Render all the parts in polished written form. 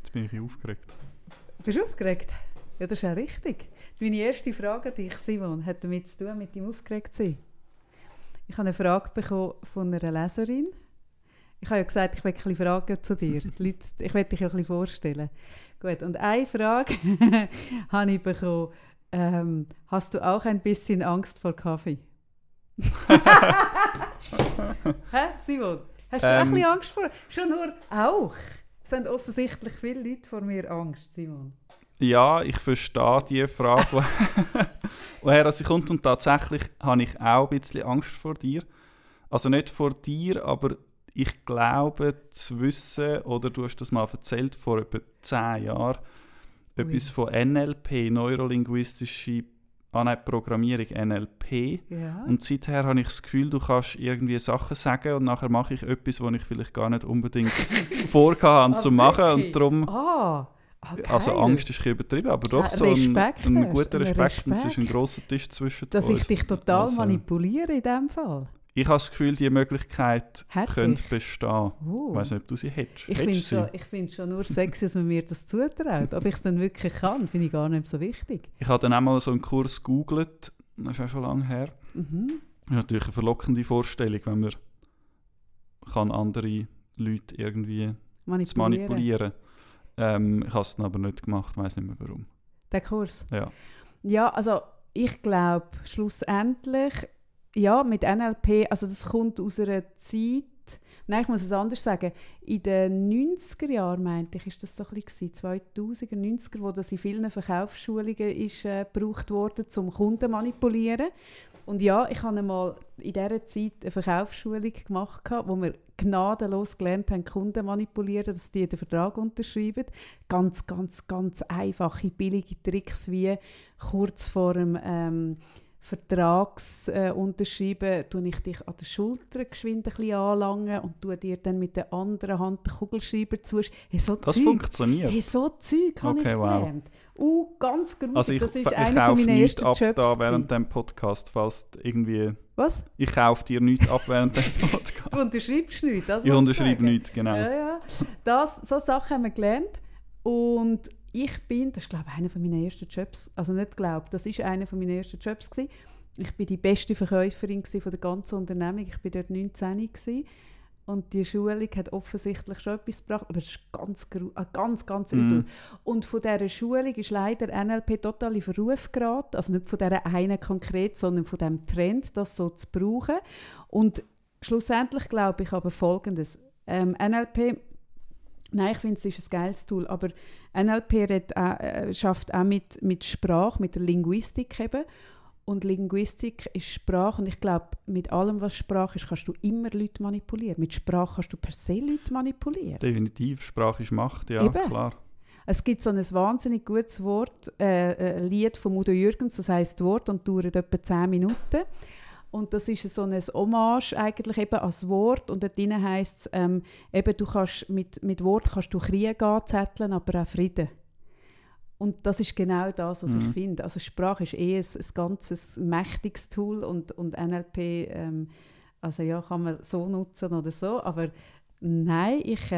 Jetzt bin ich aufgeregt. Bist du aufgeregt? Ja, das ist auch richtig. Meine erste Frage an dich, Simon, hat damit zu tun, mit dem Aufgeregtsein. Ich habe eine Frage bekommen von einer Leserin. Ich habe ja gesagt, ich will ein bisschen Fragen zu dir. Leute, ich will dich ja ein bisschen vorstellen. Gut, und eine Frage habe ich bekommen. Hast du auch ein bisschen Angst vor Kaffee? Hä, Simon? Hast du auch ein bisschen Angst vor? Schon nur auch? Es haben offensichtlich viele Leute vor mir Angst, Simon. Ja, ich verstehe die Frage, woher sie kommt. Und tatsächlich habe ich auch ein bisschen Angst vor dir. Also nicht vor dir, aber ich glaube zu wissen, oder du hast das mal erzählt, vor etwa 10 Jahren, etwas von NLP, neurolinguistische Programmierung, NLP. Ja. Und seither habe ich das Gefühl, du kannst irgendwie Sachen sagen und nachher mache ich etwas, was ich vielleicht gar nicht unbedingt vorgehabt habe zu machen. Und darum, also Angst ist ein bisschen übertrieben, aber doch so ein guter Respekt. Und es ist ein grosser Tisch zwischen uns. Dass ich dich total manipuliere in diesem Fall. Ich habe das Gefühl, diese Möglichkeit könnte bestehen. Ich weiss nicht, ob du sie hättest. Ich finde es schon nur sexy, dass man mir das zutraut. Ob ich es dann wirklich kann, finde ich gar nicht so wichtig. Ich habe dann auch mal so einen Kurs gegoogelt, das ist auch schon lange her. Mhm. Das ist natürlich eine verlockende Vorstellung, wenn man kann andere Leute irgendwie manipulieren kann. Ich habe es dann aber nicht gemacht, ich weiss nicht mehr warum. Der Kurs? Ja. Ja, also ich glaube schlussendlich, ja, mit NLP, also das kommt aus einer Zeit, nein, ich muss es anders sagen, in den 90er Jahren, meinte ich, ist das so ein bisschen 2000er, 90er, wo das in vielen Verkaufsschulungen ist gebraucht wurde, um Kunden zu manipulieren. Und ja, ich habe einmal in dieser Zeit eine Verkaufsschulung gemacht, wo wir gnadenlos gelernt haben, Kunden zu manipulieren, dass die den Vertrag unterschreiben. Ganz, ganz, ganz einfache, billige Tricks wie kurz vor dem Vertragsunterschreiben tue ich dich an der Schulter geschwind ein bisschen anlangen und tue dir dann mit der anderen Hand den Kugelschreiber zu. Hey, so das Zeug, funktioniert? Hey, so Zeug habe ich gelernt. Ganz grusig. Also das ist einer meiner ersten Jobs. Ich kaufe nichts ab während dem Podcast, falls irgendwie... Was? Ich kaufe dir nichts ab während dem Podcast. Du unterschreibst nichts? Das ich unterschreibe nichts, genau. Ja. So Sachen haben wir gelernt. Und ich bin, das ist glaube ich einer meiner ersten Jobs, also nicht glaube, das ist einer meiner ersten Jobs gewesen. Ich bin die beste Verkäuferin von der ganzen Unternehmung. Ich war dort 19 gewesen. Und die Schulung hat offensichtlich schon etwas gebracht, aber es ist ganz übel. Und von dieser Schulung ist leider NLP total in Verruf geraten, also nicht von dieser einen konkret, sondern von dem Trend, das so zu brauchen. Und schlussendlich glaube ich aber Folgendes. NLP, nein, ich finde, es ist ein geiles Tool, aber NLP schafft auch mit Sprache, mit der Linguistik eben. Und Linguistik ist Sprache. Und ich glaube, mit allem, was Sprache ist, kannst du immer Leute manipulieren. Mit Sprache kannst du per se Leute manipulieren. Definitiv. Sprache ist Macht, ja, eben. Klar. Es gibt so ein wahnsinnig gutes Wort, ein Lied von Udo Jürgens, das heisst Wort und dauert etwa 10 Minuten. Und das ist so ein Hommage eigentlich eben als Wort. Und dort drin heisst es, eben, du kannst mit Wort kannst du Krieg anzetteln, aber auch Frieden. Und das ist genau das, was ich finde. Also Sprache ist ein ganzes mächtiges Tool und NLP, also ja, kann man so nutzen oder so, aber nein, ich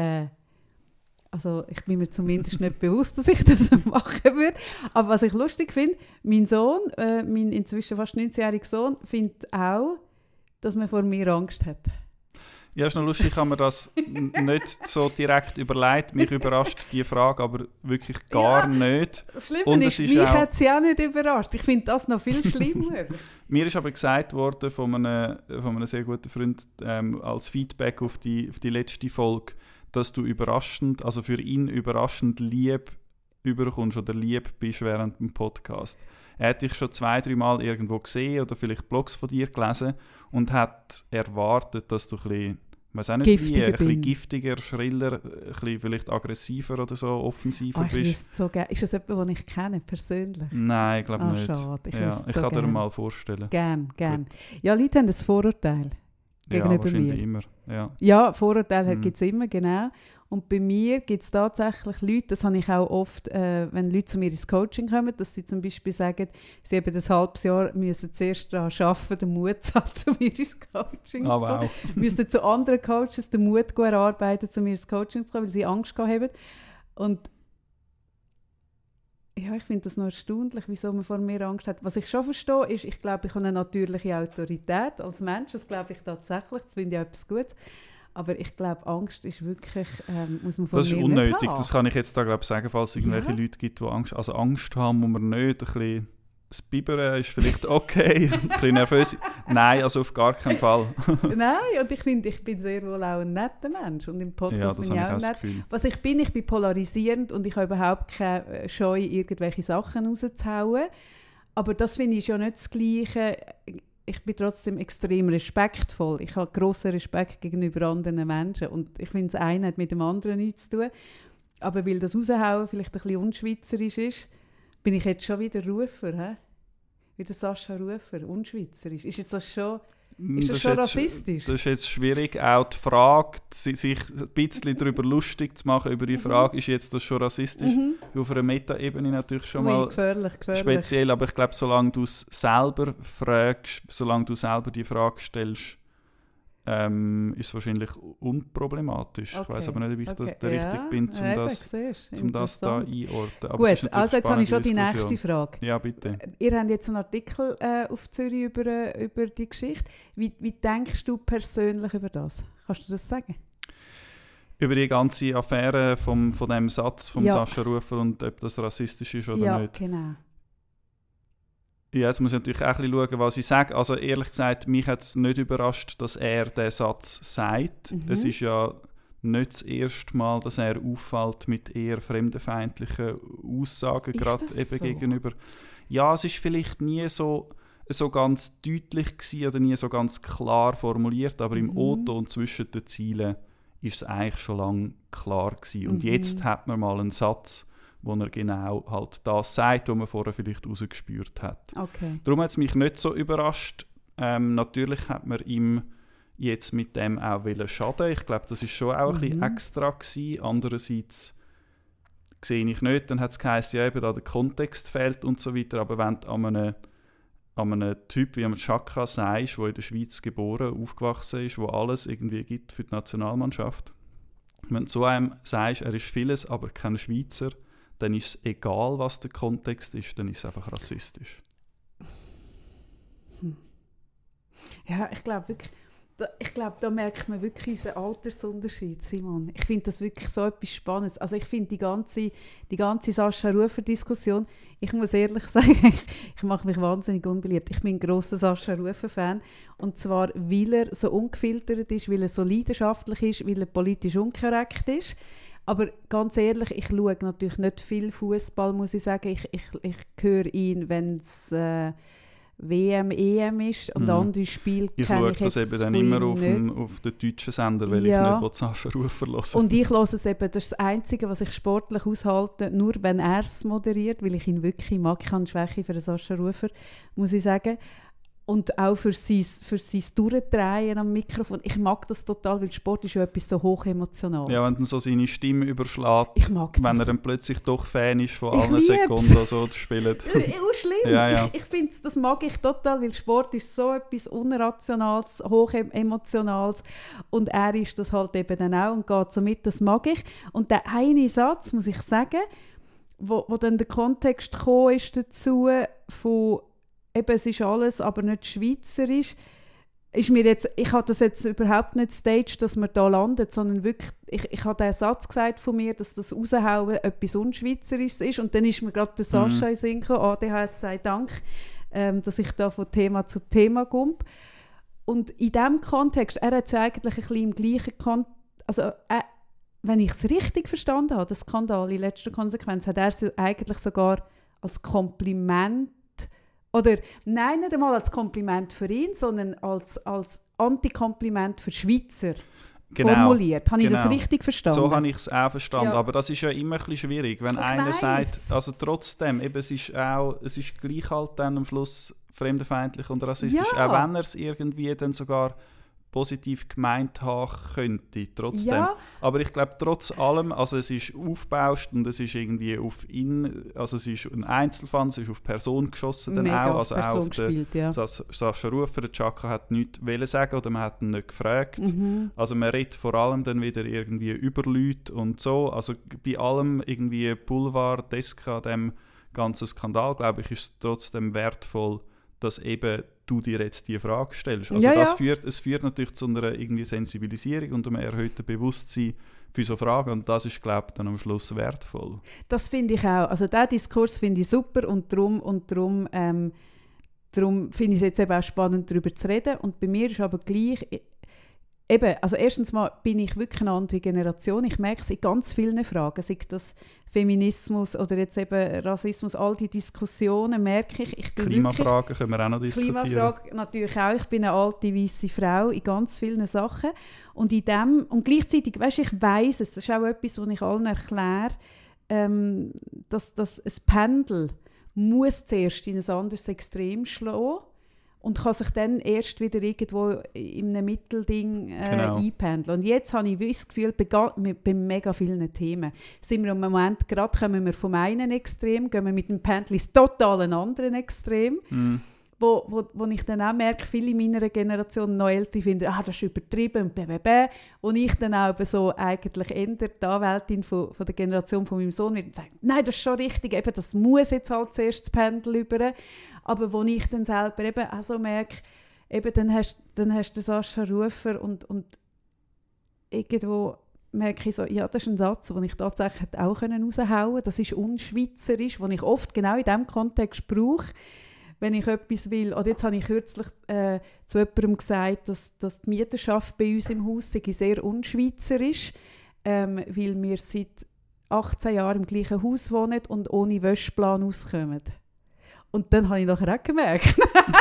bin mir zumindest nicht bewusst, dass ich das machen würde. Aber was ich lustig finde, mein Sohn, mein inzwischen fast 19-jähriger Sohn, findet auch, dass man vor mir Angst hat. Ja, ist noch lustig, ich habe mir das nicht so direkt überlegt. Mich überrascht die Frage aber wirklich gar nicht. Das Schlimme ist, mich hat sie auch nicht überrascht. Ich finde das noch viel schlimmer. Mir ist aber gesagt worden von einem sehr guten Freund als Feedback auf die letzte Folge, dass du für ihn überraschend lieb überkommst oder lieb bist während dem Podcast. Er hat dich schon 2-3 Mal irgendwo gesehen oder vielleicht Blogs von dir gelesen und hat erwartet, dass du ein bisschen giftiger, schriller, ein bisschen vielleicht aggressiver oder so, offensiver bist. So ist das jemand, den ich kenne, persönlich? Nein, ich glaube nicht. Schade. Ich kann dir mal vorstellen. Gern. Ja, Leute haben ein Vorurteil gegenüber mir. Immer. Ja, Vorurteile gibt es immer, genau. Und bei mir gibt es tatsächlich Leute, das habe ich auch oft, wenn Leute zu mir ins Coaching kommen, dass sie zum Beispiel sagen, sie haben ein halbes Jahr müssen zuerst daran arbeiten, den Mut zu haben, zu mir ins Coaching zu kommen. Müssen zu anderen Coaches den Mut erarbeiten, zu mir ins Coaching zu kommen, weil sie Angst gehabt haben. Und Ja, ich finde das noch erstaunlich, wieso man vor mir Angst hat. Was ich schon verstehe, ist, ich glaube, ich habe eine natürliche Autorität als Mensch. Das glaube ich tatsächlich. Das finde ich etwas Gutes. Aber ich glaube, Angst ist wirklich, muss man von das mir ist unnötig. nicht haben. Das kann ich jetzt da glaube sagen, falls es irgendwelche Leute gibt, die Angst haben. Also Angst haben muss man nicht. Ein bisschen das Bibbern ist vielleicht okay. Ein bisschen nervös. Nein, also auf gar keinen Fall. Nein, und ich finde, ich bin sehr wohl auch ein netter Mensch. Und im Podcast bin ich auch nett. Was ich bin polarisierend und ich habe überhaupt keine Scheu, irgendwelche Sachen rauszuhauen. Aber das finde ich ja nicht das Gleiche. Ich bin trotzdem extrem respektvoll. Ich habe grossen Respekt gegenüber anderen Menschen. Und ich finde, das eine hat mit dem anderen nichts zu tun. Aber weil das Raushauen vielleicht ein bisschen unschweizerisch ist, bin ich jetzt schon wieder Rufer. He? Wie der Sascha Rufer, unschweizerisch. Ist jetzt das schon... Ist das schon rassistisch? Das ist jetzt schwierig. Auch die Frage, sich ein bisschen darüber lustig zu machen, über die Frage, ist jetzt das schon rassistisch? Auf einer Meta-Ebene natürlich schon mal gefährlich. Speziell, aber ich glaube, solange du es selber fragst, solange du selber die Frage stellst, ist es wahrscheinlich unproblematisch. Okay. Ich weiß aber nicht, ob ich der richtig bin, um das da einordnen. Aber gut, also jetzt habe ich schon die nächste Frage. Ja, bitte. Ihr habt jetzt einen Artikel auf Zürich über die Geschichte. Wie denkst du persönlich über das? Kannst du das sagen? Über die ganze Affäre von dem Satz von Sascha Rufer und ob das rassistisch ist oder nicht? Ja, genau. Ja, jetzt muss ich natürlich auch ein bisschen schauen, was ich sage. Also ehrlich gesagt, mich hat es nicht überrascht, dass er diesen Satz sagt. Es ist ja nicht das erste Mal, dass er auffällt mit eher fremdenfeindlichen Aussagen, gerade eben so? Gegenüber... Ja, es ist vielleicht nie so ganz deutlich gewesen oder nie so ganz klar formuliert, aber im O-Ton zwischen den Zielen ist es eigentlich schon lange klar gewesen. Und jetzt hat man mal einen Satz, wo er genau halt das sagt, was man vorher vielleicht rausgespürt hat. Okay. Darum hat es mich nicht so überrascht. Natürlich hat man ihm jetzt mit dem auch schaden. Ich glaube, das war schon auch ein bisschen extra gewesen. Andererseits sehe ich nicht. Dann hat es geheißen, ja, eben da der Kontext fehlt und so weiter. Aber wenn du an einem Typ wie Xhaka sagst, der in der Schweiz geboren, aufgewachsen ist, wo alles irgendwie gibt für die Nationalmannschaft, wenn du so einem sagst, er ist vieles, aber kein Schweizer, dann ist es egal, was der Kontext ist, dann ist es einfach rassistisch. Ja, ich glaube wirklich, da merkt man wirklich unseren Altersunterschied, Simon. Ich finde das wirklich so etwas Spannendes. Also ich finde die ganze Sascha Rufer-Diskussion, ich muss ehrlich sagen, ich mache mich wahnsinnig unbeliebt. Ich bin ein grosser Sascha Rufer-Fan. Und zwar, weil er so ungefiltert ist, weil er so leidenschaftlich ist, weil er politisch unkorrekt ist. Aber ganz ehrlich, ich schaue natürlich nicht viel Fußball, muss ich sagen. Ich höre ihn, wenn es WM, EM ist und andere Spiele kenne ich jetzt das eben dann immer auf den deutschen Sender, weil ich nicht Sascha Rufer höre. Und ich höre es eben, das ist das Einzige, was ich sportlich aushalte, nur wenn er es moderiert, weil ich ihn wirklich mag. Ich habe eine Schwäche für den Sascha Rufer, muss ich sagen. Und auch für sein Durchdrehen am Mikrofon. Ich mag das total, weil Sport ist ja etwas so hochemotionales. Ja, wenn dann so seine Stimme überschlägt, ich mag das. Wenn er dann plötzlich doch Fan ist von allen Sekunden, die so spielen. Schlimm. Ja. Ich finde, das mag ich total, weil Sport ist so etwas Unrationales, hochemotionales. Und er ist das halt eben dann auch und geht so mit, das mag ich. Und der eine Satz, muss ich sagen, wo dann der Kontext gekommen ist dazu, von eben, es ist alles, aber nicht schweizerisch. Ich habe das jetzt überhaupt nicht staged, dass man da landet, sondern wirklich, ich habe den Satz gesagt von mir, dass das Raushauen etwas Unschweizerisches ist. Und dann ist mir gerade der Sascha in den Sinn gekommen, ADHS sei Dank, dass ich da von Thema zu Thema komme. Und in diesem Kontext, er hat es ja eigentlich ein bisschen im gleichen Kontext, also wenn ich es richtig verstanden habe, der Skandal in letzter Konsequenz, hat er es eigentlich sogar als Kompliment oder nein, nicht einmal als Kompliment für ihn, sondern als Antikompliment für Schweizer formuliert. Habe ich das richtig verstanden? So habe ich es auch verstanden, aber das ist ja immer ein bisschen schwierig, wenn einer sagt, also trotzdem, eben, es ist gleich halt dann am Schluss fremdenfeindlich und rassistisch, auch wenn er es irgendwie dann sogar positiv gemeint haben könnte, trotzdem. Ja. Aber ich glaube, trotz allem, also es ist aufgebauscht und es ist irgendwie auf ihn, also es ist ein Einzelfall, es ist auf Person geschossen dann mega auch, also Person auch auf gespielt, ja. Sascha Rufer, der Xhaka hat nichts wollen sagen oder man hat ihn nicht gefragt. Also man redet vor allem dann wieder irgendwie über Leute und so, also bei allem irgendwie Boulevard-Deska, dem ganzen Skandal, glaube ich, ist es trotzdem wertvoll, dass eben du dir jetzt diese Frage stellst. Also es führt natürlich zu einer irgendwie Sensibilisierung und einem erhöhten Bewusstsein für so Fragen und das ist, glaube ich, dann am Schluss wertvoll. Das finde ich auch. Also diesen Diskurs finde ich super und darum finde ich es jetzt eben auch spannend, darüber zu reden. Und bei mir ist aber gleich, eben, also erstens mal bin ich wirklich eine andere Generation. Ich merke es in ganz vielen Fragen, sei das Feminismus oder jetzt eben Rassismus, all die Diskussionen merke ich bin Klimafragen wirklich, können wir auch noch diskutieren. Klimafrage natürlich auch. Ich bin eine alte, weisse Frau in ganz vielen Sachen. Und gleichzeitig, weißt, ich weiss es, das ist auch etwas, was ich allen erkläre, dass ein Pendel muss zuerst in ein anderes Extrem schlagen und kann sich dann erst wieder irgendwo in einem Mittelding einpendeln. Und jetzt habe ich das Gefühl, bei mega vielen Themen sind wir im Moment, gerade kommen wir vom einen Extrem, gehen wir mit dem Pendel ins total anderen Extrem, wo ich dann auch merke, viele meiner Generation, noch ältere, finden, das ist übertrieben und und ich dann auch so eigentlich ändert die Anwältin von der Generation von meinem Sohn wird und sagt, nein, das ist schon richtig, eben, das muss jetzt halt zuerst das Pendel über. Aber wo ich dann selber eben auch so merke, eben, dann hast du Sascha Rufer und irgendwo merke ich so, ja, das ist ein Satz, den ich tatsächlich auch raushauen konnte. Das ist unschweizerisch, den ich oft genau in diesem Kontext brauche, wenn ich etwas will. Oder jetzt habe ich kürzlich zu jemandem gesagt, dass die Mieterschaft bei uns im Haus sei sehr unschweizerisch, weil wir seit 18 Jahren im gleichen Haus wohnen und ohne Wäschplan auskommen. Und dann habe ich nachher auch gemerkt,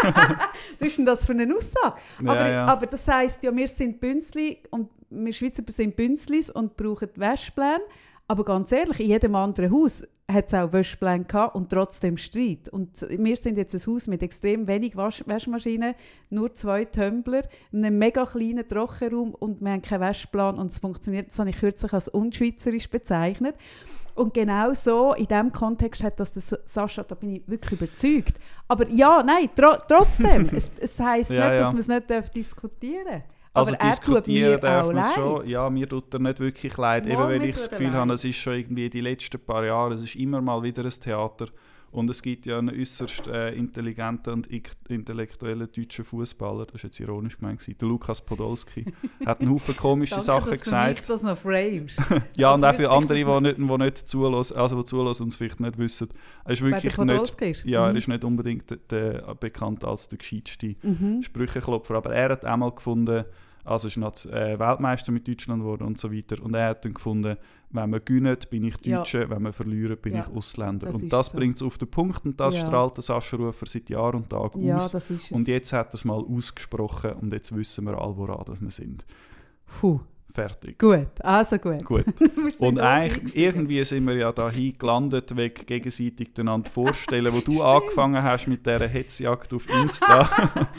was ist denn das für eine Aussage? Aber das heisst ja, wir sind Bünzli und wir Schweizer sind Bünzlis und brauchen Wäschpläne. Aber ganz ehrlich, in jedem anderen Haus hat es auch Wäschpläne gehabt und trotzdem Streit. Und wir sind jetzt ein Haus mit extrem wenig Waschmaschinen, nur 2 Tumbler, einem mega kleinen Trockenraum und wir haben keinen Wäschplan und es funktioniert. Das habe ich kürzlich als unschweizerisch bezeichnet. Und genau so, in diesem Kontext hat das der Sascha, da bin ich wirklich überzeugt. Aber ja, nein, trotzdem. es heisst nicht, dass man es nicht diskutieren darf. Also aber diskutieren darf man es schon. Ja, mir tut er nicht wirklich leid. Eben weil ich das Gefühl habe, es ist schon irgendwie die letzten paar Jahre, es ist immer mal wieder ein Theater. Und es gibt ja einen äußerst intelligenten und intellektuellen deutschen Fußballer, das war jetzt ironisch gemeint, der Lukas Podolski, hat einen Haufen komische Sachen gesagt. Danke, dass du das noch framest. Ja, und auch für andere, die nicht zulassen, also die zulassen und es vielleicht nicht wissen. Er ist wirklich nicht, er ist nicht unbedingt bekannt als der gescheitste Sprücheklopfer, aber er hat einmal gefunden, also ist noch Weltmeister mit Deutschland geworden und so weiter. Und er hat dann gefunden, wenn wir gewinnen, bin ich Deutscher, wenn wir verlieren, bin ich Ausländer. Und das bringt es auf den Punkt und das strahlt der Sascha Rufer seit Jahr und Tag aus. Das ist es. Und jetzt hat er es mal ausgesprochen und jetzt wissen wir alle, woran wir sind. Puh. Fertig. Gut, also gut. Und eigentlich, irgendwie sind wir ja dahin gelandet, wegen gegenseitig einander vorstellen, wo du angefangen hast mit dieser Hetzjagd auf Insta,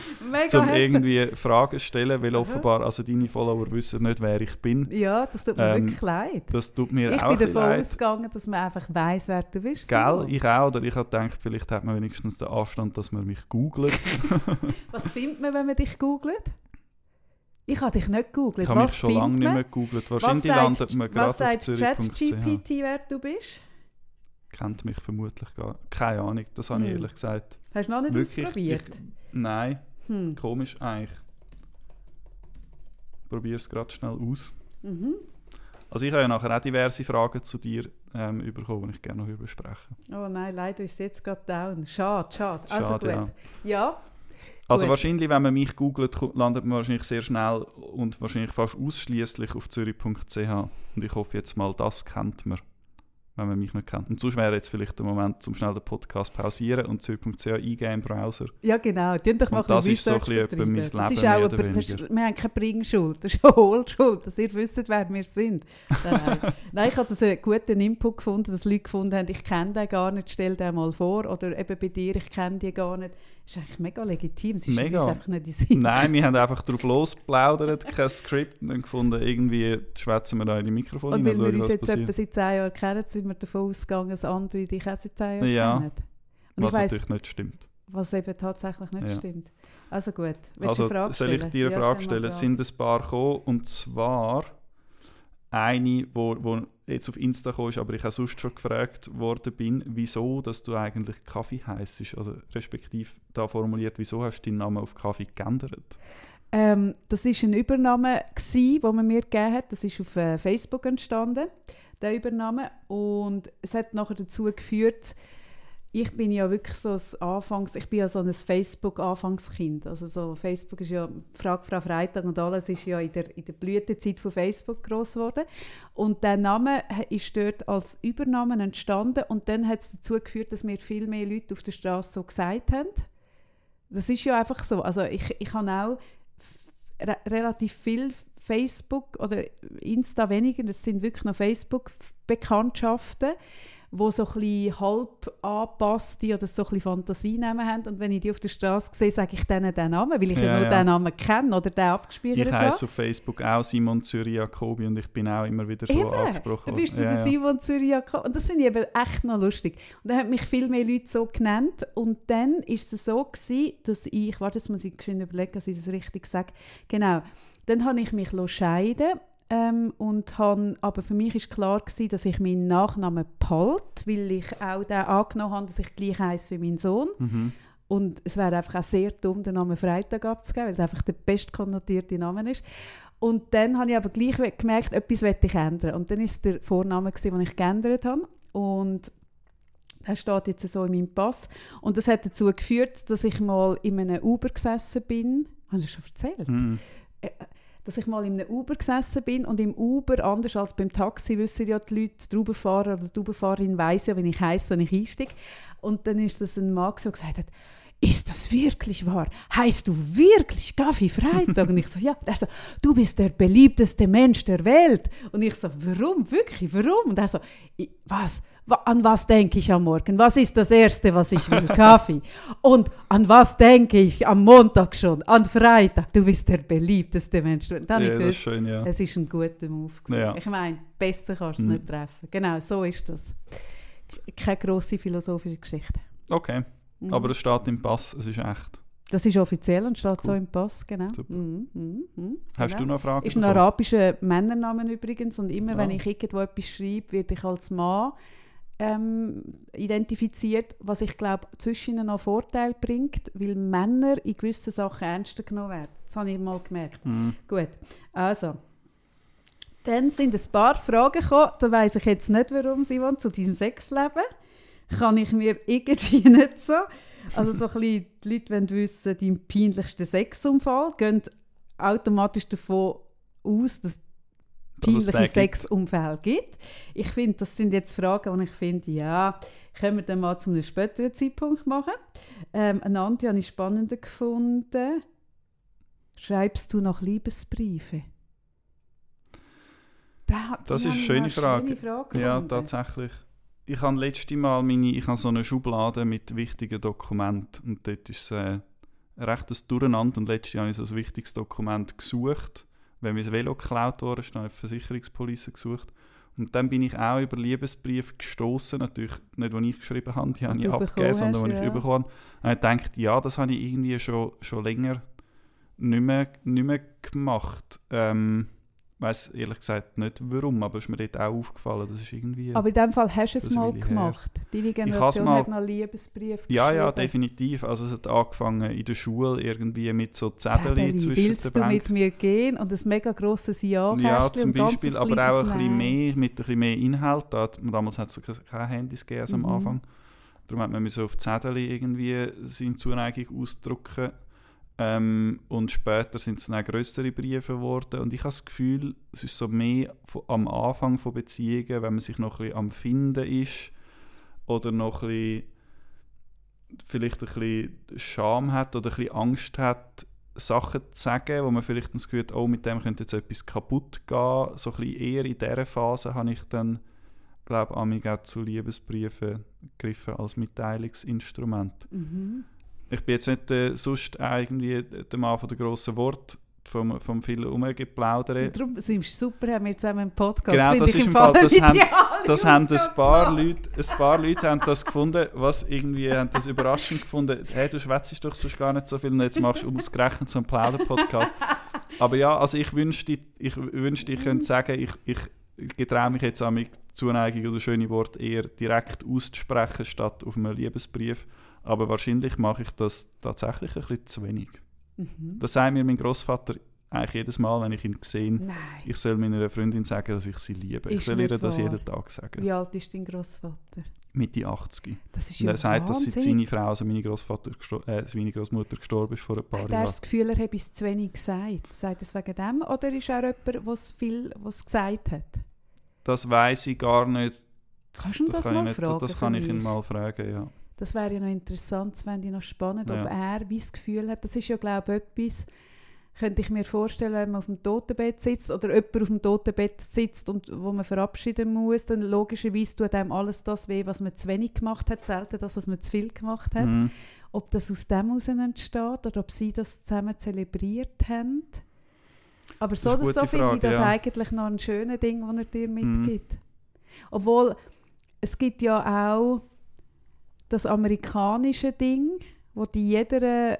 um irgendwie Fragen zu stellen, weil offenbar, also deine Follower wissen nicht, wer ich bin. Ja, das tut mir wirklich leid. Das tut mir ich auch bin davon ausgegangen, dass man einfach weiss, wer du bist. Gell, ich auch. Oder ich habe gedacht, vielleicht hat man wenigstens den Anstand, dass man mich googelt. Was findet man, wenn man dich googelt? Ich habe dich nicht gegoogelt. Ich habe mich schon lange nicht mehr gegoogelt. Wahrscheinlich landet man gerade auf zürich.ch. Was sagt ChatGPT, wer du bist? Kennt mich vermutlich gar nicht. Keine Ahnung, das habe ich ehrlich gesagt. Hast du noch nicht ausprobiert? Nein, komisch eigentlich. Ich probiere es gerade schnell aus. Also ich habe ja nachher auch diverse Fragen zu dir bekommen, die ich gerne noch besprechen. Oh nein, leider ist es jetzt gerade down. Schade. Also gut. Ja. Also wahrscheinlich, wenn man mich googelt, landet man wahrscheinlich sehr schnell und wahrscheinlich fast ausschließlich auf zürich.ch. Und ich hoffe jetzt mal, das kennt man, wenn man mich nicht kennt. Und sonst wäre jetzt vielleicht der Moment, um schnell den Podcast pausieren und zürich.ch eingeben im Browser. Ja genau, doch mal das ist so ein bisschen mein Leben, das ist auch wir haben keine Bringschuld, das ist eine Hohlschuld, dass ihr wisst, wer wir sind. Nein, ich habe das einen guten Input gefunden, dass Leute gefunden haben, ich kenne den gar nicht, stell den mal vor. Oder eben bei dir, ich kenne die gar nicht. Das ist eigentlich mega legitim, es ist einfach nicht die Sinn. Nein, wir haben einfach drauf losgeplaudert, kein Skript, und dann gefunden, irgendwie schwätzen wir da in die Mikrofone. Und weil wir uns jetzt etwa seit 10 Jahren kennen, sind wir davon ausgegangen, dass andere dich auch seit 10 Jahren kennen. Und was natürlich nicht stimmt. Was eben tatsächlich nicht stimmt. Also gut, also, soll ich dir eine Frage stellen? Es sind ein paar gekommen, und zwar eine, wo jetzt auf Insta kommst, aber ich auch sonst schon gefragt worden bin, wieso dass du eigentlich Kaffee heissest, oder respektive da formuliert, wieso hast du deinen Namen auf Kaffee geändert? Das war ein Übername, den man mir gegeben hat. Das ist auf Facebook entstanden, der Übernahme. Und es hat nachher dazu geführt, ich bin ja wirklich so ich bin ja so ein Facebook-Anfangskind. Also so, Facebook ist ja, Frag Frau Freitag und alles ist ja in der Blütezeit von Facebook gross geworden. Und der Name ist dort als Übername entstanden und dann hat es dazu geführt, dass mir viel mehr Leute auf der Straße so gesagt haben. Das ist ja einfach so. Also ich habe auch relativ viel Facebook oder Insta weniger, das sind wirklich noch Facebook-Bekanntschaften, die so ein bisschen halb angepasste oder so ein bisschen Fantasienamen haben. Und wenn ich die auf der Straße sehe, sage ich denen den Namen, weil ich ja nur den Namen kenne oder den abgespeichert habe. Ich heiße auf Facebook auch Simon Zürich Jacobi und ich bin auch immer wieder so angesprochen. Dann bist du der Simon Zürich Jacobi. Und das finde ich eben echt noch lustig. Und dann haben mich viel mehr Leute so genannt. Und dann war es so gewesen, dass ich, warte, jetzt muss ich geschwind überlegen, dass ich das richtig sage. Genau, dann habe ich mich scheiden und aber für mich war klar gewesen, dass ich meinen Nachnamen behalte, weil ich auch den angenommen habe, dass ich gleich heisse wie mein Sohn. Mhm. Und es wäre einfach auch sehr dumm, den Namen Freitag abzugeben, weil es einfach der bestkonnotierte Name ist. Und dann habe ich aber gleich gemerkt, etwas möchte ich ändern. Und dann war es der Vorname, den ich geändert habe. Und der steht jetzt so in meinem Pass. Und das hat dazu geführt, dass ich mal in einem Uber gesessen bin. Habe ich das schon erzählt? Mhm. Dass ich mal in einem Uber gesessen bin und im Uber, anders als beim Taxi, wissen ja die Leute, der Uberfahrer oder die Uberfahrerin weiss ja, wenn ich heisse, wenn ich einsteige. Und dann ist das ein Mann, der gesagt hat, ist das wirklich wahr? Heisst du wirklich Kaffee Freitag? Und ich so, ja. Und er so, du bist der beliebteste Mensch der Welt. Und ich so, warum? Wirklich, warum? Und er so, was? An was denke ich am Morgen? Was ist das Erste, was ich will? Kaffee. Und an was denke ich am Montag schon? An Freitag. Du bist der beliebteste Mensch. Dann ja, das ist schön, ja. Es ist ein guter Move. Ja. Ich meine, besser kannst du es nicht treffen. Genau, so ist das. Keine grosse philosophische Geschichte. Okay, aber es steht im Pass, es ist echt. Das ist offiziell und steht Cool. so im Pass, genau. Hast du noch Fragen? Ist ein arabischer Männernamen übrigens und immer wenn ich irgendwo etwas schreibe, werde ich als Mann identifiziert, was ich glaube zwischen ihnen noch Vorteil bringt, weil Männer in gewissen Sachen ernster genommen werden. Das habe ich mal gemerkt. Gut, also dann sind ein paar Fragen gekommen, da weiss ich jetzt nicht, warum, Simon, zu deinem Sexleben. Kann ich mir irgendwie nicht so. Also so ein bisschen, die Leute wollen wissen, dein peinlichster Sexunfall, gehen automatisch davon aus, dass peinliche Sexunfälle gibt. Ich finde, das sind jetzt Fragen, die ich finde, ja, können wir dann mal zu einem späteren Zeitpunkt machen. Eine andere habe ich spannender gefunden. Schreibst du noch Liebesbriefe? Das ist eine schöne Frage. Ja, tatsächlich. Ich habe letztes Mal so eine Schublade mit wichtigen Dokumenten und dort ist ein rechtes Durcheinander und letztes Jahr habe ich so ein wichtiges Dokument gesucht. Wenn mir das Velo geklaut wurde, habe ich die Versicherungspolice gesucht. Und dann bin ich auch über Liebesbriefe gestoßen, natürlich nicht, die ich geschrieben habe, die habe ich abgegeben, sondern die ich bekommen habe. Und ich dachte, ja, das habe ich irgendwie schon länger nicht mehr gemacht. Ich weiss ehrlich gesagt nicht warum, aber es ist mir dort auch aufgefallen. Das ist irgendwie, aber in dem Fall hast du es mal gemacht? Deine Generation hat noch Liebesbrief geschrieben? Ja, definitiv. Also es hat angefangen in der Schule irgendwie mit so Zetteln zwischen willst den du mit mir gehen? Und ein mega grosses Ja-Kästchen. Ja, zum Beispiel, aber auch ein bisschen mehr, mit ein bisschen mehr Inhalt. Damals hat es keine Handys gegeben am Anfang. Darum hat man so auf Zetteln irgendwie seine Zuneigung ausdrücken. Und später sind es dann grössere Briefe geworden. Und ich habe das Gefühl, es ist so mehr am Anfang von Beziehungen, wenn man sich noch ein bisschen am Finden ist oder noch ein bisschen, vielleicht ein bisschen Scham hat oder ein bisschen Angst hat, Sachen zu sagen, wo man vielleicht das Gefühl hat, oh, mit dem könnte jetzt etwas kaputt gehen. So ein bisschen eher in dieser Phase habe ich dann, glaube ich, auch zu Liebesbriefen gegriffen als Mitteilungsinstrument. Ich bin jetzt nicht sonst irgendwie der Mann von den grossen Worten, vom viel Rumgeplaudern. Darum sind wir super, haben wir zusammen einen Podcast. Genau, das ist im Fall, das haben ein paar Leute haben das gefunden, was irgendwie haben das überraschend gefunden. Hey, du schwätzt doch sonst gar nicht so viel und jetzt machst du ausgerechnet so einen Plauder-Podcast. Aber ja, also ich wünschte, ich könnte sagen, getraue mich jetzt an mich Zuneigung oder schöne Worte eher direkt auszusprechen, statt auf einem Liebesbrief. Aber wahrscheinlich mache ich das tatsächlich ein bisschen zu wenig. Das sagt mir mein Großvater eigentlich jedes Mal, wenn ich ihn sehe. Nein. Ich soll meiner Freundin sagen, dass ich sie liebe. Ich soll ihr das jeden Tag sagen. Wie alt ist dein Großvater? Mitte 80. Das ist Und ja er sagt, dass Wahnsinn. seine Frau, also meine Großmutter gestorben ist vor ein paar Hat er Jahren. das Gefühl, er habe es zu wenig gesagt? Sagt er es wegen dem? Oder ist er jemand, was gesagt hat? Das weiss ich gar nicht. Kannst du das mal fragen? Das kann ich ihn mal fragen, ja. Das wäre ja noch interessant, das fände ich noch spannend, Ja. ob er wie das Gefühl hat. Das ist ja, glaube ich, etwas, könnte ich mir vorstellen, wenn man auf dem Totenbett sitzt oder jemand auf dem Totenbett sitzt und wo man verabschieden muss, dann logischerweise tut einem alles das weh, was man zu wenig gemacht hat, selten das, was man zu viel gemacht hat. Mhm. Ob das aus dem heraus entsteht oder ob sie das zusammen zelebriert haben. Aber so Das ist oder eine so gute finde ich Frage, das ja. eigentlich noch ein schönes Ding, das er dir mitgibt. Obwohl, es gibt ja auch das amerikanische Ding, wo die jeder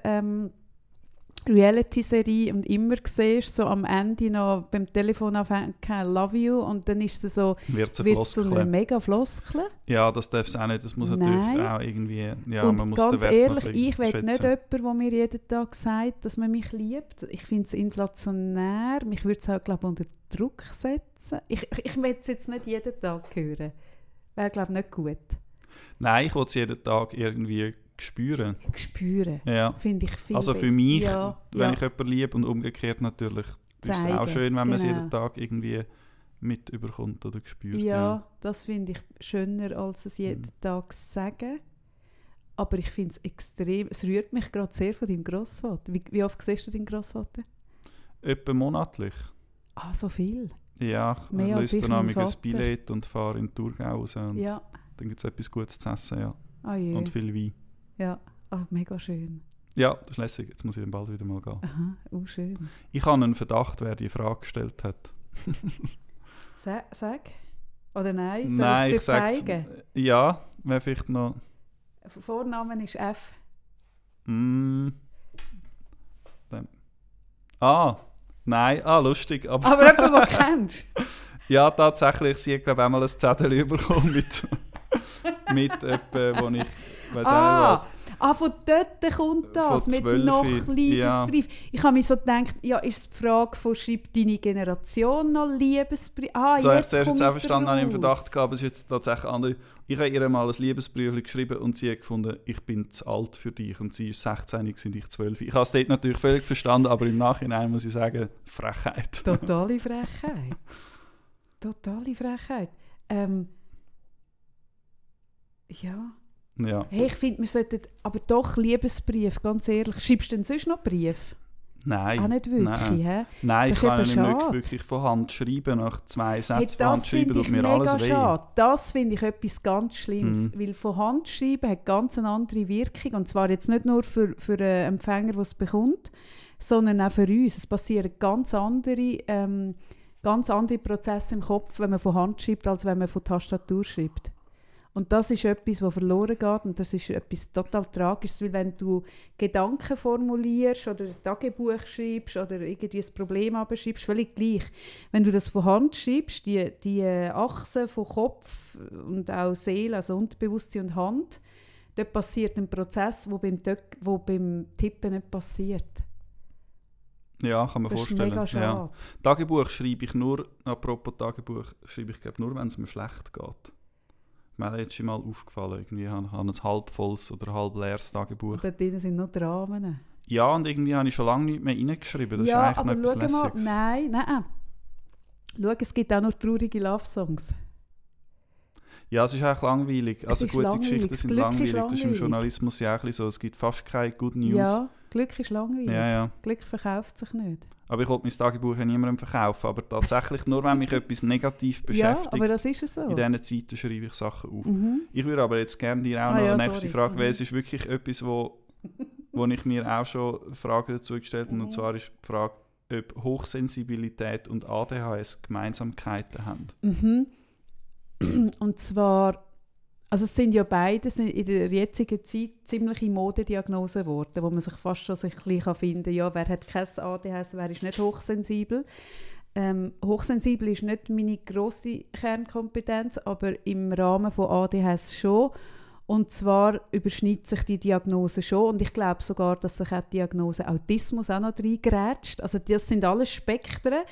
Reality-Serie und immer siehst, so am Ende noch beim Telefon aufhängen, I love you, und dann ist es so, Wird es wird zu einer mega Floskel. Ja, das darf es auch nicht. Das muss Nein. natürlich auch irgendwie... Ja, Und man muss ganz den Wert ehrlich, noch ein bisschen ich will schätzen. nicht jemanden, der mir jeden Tag sagt, dass man mich liebt. Ich finde es inflationär. Mich würde es auch, glaube ich, unter Druck setzen. Ich will es jetzt nicht jeden Tag hören. Wäre, glaube ich, nicht gut. Nein, ich will es jeden Tag irgendwie spüren. Spüren, Ja. finde ich viel Also für besser. mich, Ja, wenn ja. ich jemanden liebe und umgekehrt natürlich, ist es Zeigen, auch schön, wenn man es genau. jeden Tag irgendwie mit überkommt oder spürt. Ja, das finde ich schöner, als es jeden Tag zu sagen. Aber ich finde es extrem, es rührt mich gerade sehr von deinem Grossvater. Wie oft siehst du deinen Grossvater? Etwa monatlich. Ah, so viel? Ja, Mehr ich als löse ich, dann mein einmal ein Vater. Billett und fahre in die Thurgau raus. Und Ja. dann gibt es etwas Gutes zu essen, ja. Ah je. Und viel Wein. Ja, mega schön. Ja, das ist lässig. Jetzt muss ich dann bald wieder mal gehen. Aha, schön. Ich habe einen Verdacht, wer die Frage gestellt hat. Sag. Oder nein? Soll Nein, ich ich es dir sage zeigen? ja, wäre vielleicht noch... Vornamen ist F. Nein, lustig. Aber Aber jemand, den du kennst. ja, tatsächlich, sie hat, glaube ich, auch mal ein Zettel bekommen mit jemandem, wo ich weiss auch nicht was. Von dort kommt das, Von mit 12, noch ja. Liebesbrief. Ich habe mir so gedacht, ja, ist es die Frage von, schreibt deine Generation noch Liebesbrief? So habe ich jetzt zuerst kommt jetzt auch verstanden, habe ich im raus. Verdacht gehabt, aber es ist jetzt tatsächlich andere. Ich habe ihr mal ein Liebesbrief geschrieben und sie hat gefunden, ich bin zu alt für dich. Und sie ist 16 und ich 12. Ich habe es dort natürlich völlig verstanden, aber im Nachhinein muss ich sagen, Frechheit. Totale Frechheit. Totale Frechheit. Ja. Ja. Hey, ich finde, wir sollten aber doch Liebesbrief, ganz ehrlich. Schreibst du denn sonst noch Brief? Nein. Auch nicht wirklich, hä? Nein, Das ich ist kann ja eben nicht schade. wirklich von Hand schreiben. Nach 2 Hey, Sätzen von Hand das schreiben finde tut ich mir mega alles weh. schade. Das finde ich etwas ganz Schlimmes. Mhm. Weil von Hand schreiben hat ganz eine andere Wirkung. Und zwar jetzt nicht nur für einen Empfänger, der es bekommt, sondern auch für uns. Es passieren ganz andere Prozesse im Kopf, wenn man von Hand schreibt, als wenn man von Tastatur schreibt. Und das ist etwas, das verloren geht, und das ist etwas total Tragisches, weil wenn du Gedanken formulierst oder ein Tagebuch schreibst oder irgendwie ein Problem abschreibst, völlig gleich. Wenn du das von Hand schreibst, die Achsen von Kopf und auch Seele, also Unterbewusstsein und Hand, dort passiert ein Prozess, der beim Tippen nicht passiert. Ja, kann man Das ist vorstellen. mega schade. Ja. Tagebuch schreibe ich nur, apropos Tagebuch, schreibe ich glaube nur, wenn es mir schlecht geht. Mir ist letztes Mal aufgefallen, irgendwie habe ich ein halb volles oder halb leeres Tagebuch. Und dort drin sind noch Dramen. Ja, und irgendwie habe ich schon lange nicht mehr reingeschrieben. Das Ja, ist aber eigentlich noch schau etwas mal, Lässiges. nein. Schau, es gibt auch noch traurige Love-Songs. Ja, es ist eigentlich langweilig. Also ist gute langweilig. Geschichten Das sind Glück ist langweilig. Das ist im langweilig. Journalismus ja auch ein bisschen so. Es gibt fast keine Good News. Ja, Glück ist langweilig. Ja. Glück verkauft sich nicht. Aber ich wollte mein Tagebuch ja niemandem verkaufen. Aber tatsächlich nur, wenn mich etwas negativ Ja, beschäftigt. aber das ist es so. In diesen Zeiten schreibe ich Sachen auf. Mhm. Ich würde aber jetzt gerne dir auch noch ja, eine nächste sorry. Frage, weil es ist wirklich etwas, wo ich mir auch schon Fragen dazu gestellt habe. Und zwar ist die Frage, ob Hochsensibilität und ADHS Gemeinsamkeiten haben. Mhm. Und zwar, also es sind ja beide in der jetzigen Zeit ziemliche Modediagnosen geworden, wo man sich fast schon sich ein bisschen finden kann, ja, wer hat kein ADHS, wer ist nicht hochsensibel. hochsensibel ist nicht meine grosse Kernkompetenz, aber im Rahmen von ADHS schon. Und zwar überschneidet sich die Diagnose schon. Und ich glaube sogar, dass sich auch die Diagnose Autismus auch noch reingrätscht. Also das sind alles Spektren,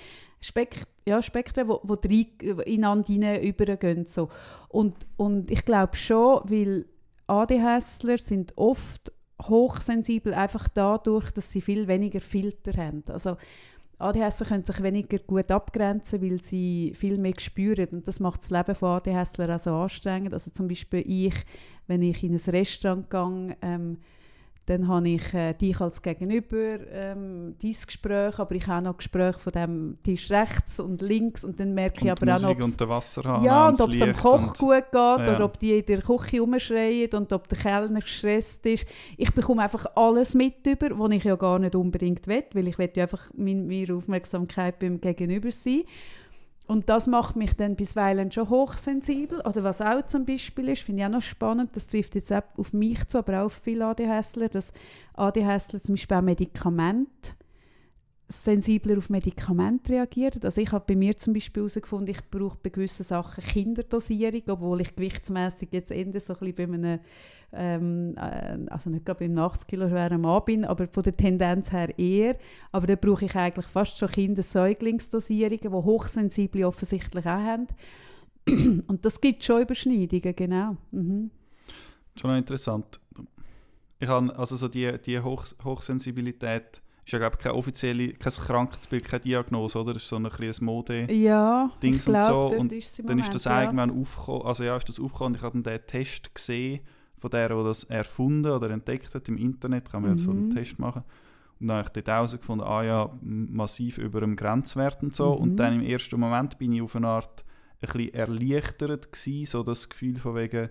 die ineinander übergehen. So. Und ich glaube schon, weil ADHSler sind oft hochsensibel, einfach dadurch, dass sie viel weniger Filter haben. Also ADHSler können sich weniger gut abgrenzen, weil sie viel mehr spüren. Und das macht das Leben von ADHSler auch so anstrengend. Also zum Beispiel wenn ich in ein Restaurant gehe, dann habe ich dich als Gegenüber, dein Gespräch, aber ich habe auch noch Gespräche von dem Tisch rechts und links und dann merke ich aber auch noch, und der Wasserhahn und ob es am Koch gut geht oder ob die in der Küche rumschreien und ob der Kellner gestresst ist. Ich bekomme einfach alles mit über, was ich ja gar nicht unbedingt will, weil ich will ja einfach meine Aufmerksamkeit beim Gegenüber sein. Und das macht mich dann bisweilen schon hochsensibel. Oder was auch zum Beispiel ist, finde ich auch noch spannend, das trifft jetzt auch auf mich zu, aber auch auf viele ADHSler, dass ADHSler zum Beispiel auch Medikamente sensibler auf Medikamente reagieren. Also ich habe bei mir zum Beispiel herausgefunden, ich brauche bei gewissen Sachen Kinderdosierung, obwohl ich gewichtsmässig jetzt eher so ein bisschen bei einem, also nicht gerade beim 80 Kilo schweren Mann bin, aber von der Tendenz her eher. Aber da brauche ich eigentlich fast schon Kindersäuglingsdosierungen, die Hochsensible offensichtlich auch haben. Und das gibt schon Überschneidungen, genau. Mhm. Schon interessant. Ich habe also so die Hochsensibilität ist ja, glaube ich, kein Krankheitsbild, keine Diagnose, oder? Das ist so ein bisschen ein Mode-Ding ich glaube, so. Und ist dann ist das irgendwann aufgekommen, und ich habe dann den Test gesehen, von der das erfunden oder entdeckt hat im Internet, kann man so einen Test machen. Und dann habe ich dort herausgefunden, massiv über dem Grenzwert und so. Und dann im ersten Moment bin ich auf eine Art ein bisschen erleichtert gewesen, so das Gefühl von wegen,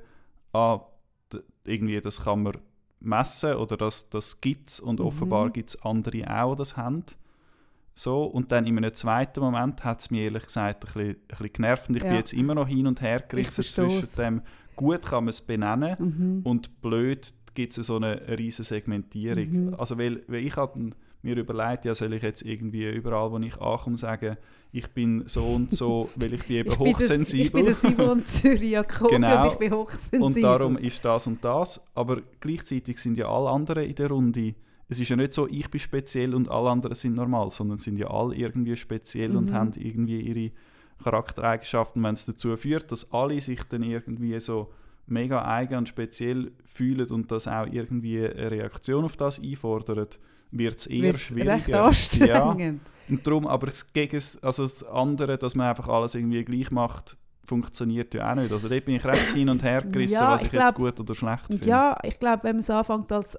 irgendwie das kann man messen oder das gibt es und offenbar gibt es andere auch, die das haben. So, und dann in einem zweiten Moment hat es mich ehrlich gesagt ein bisschen genervt und ich bin jetzt immer noch hin und her gerissen zwischen dem, gut kann man es benennen und blöd gibt es so eine riesige Segmentierung. Also weil ich habe mir überlegt, soll ich jetzt irgendwie überall, wo ich ankomme, sagen, ich bin so und so, weil ich bin eben hochsensibel. Ich bin der Simon Zürich-Jacobi genau. Und ich bin hochsensibel. Und darum ist das und das. Aber gleichzeitig sind ja alle anderen in der Runde, es ist ja nicht so, ich bin speziell und alle anderen sind normal, sondern sind ja alle irgendwie speziell und haben irgendwie ihre Charaktereigenschaften. Wenn es dazu führt, dass alle sich dann irgendwie so mega eigen und speziell fühlen und das auch irgendwie eine Reaktion auf das einfordert, wird es eher schwieriger. Recht anstrengend. Ja. Und darum, aber das andere, dass man einfach alles irgendwie gleich macht, funktioniert ja auch nicht. Also dort bin ich recht hin und her gerissen, was ich jetzt gut oder schlecht finde. Ja, ich glaube, wenn man es anfängt als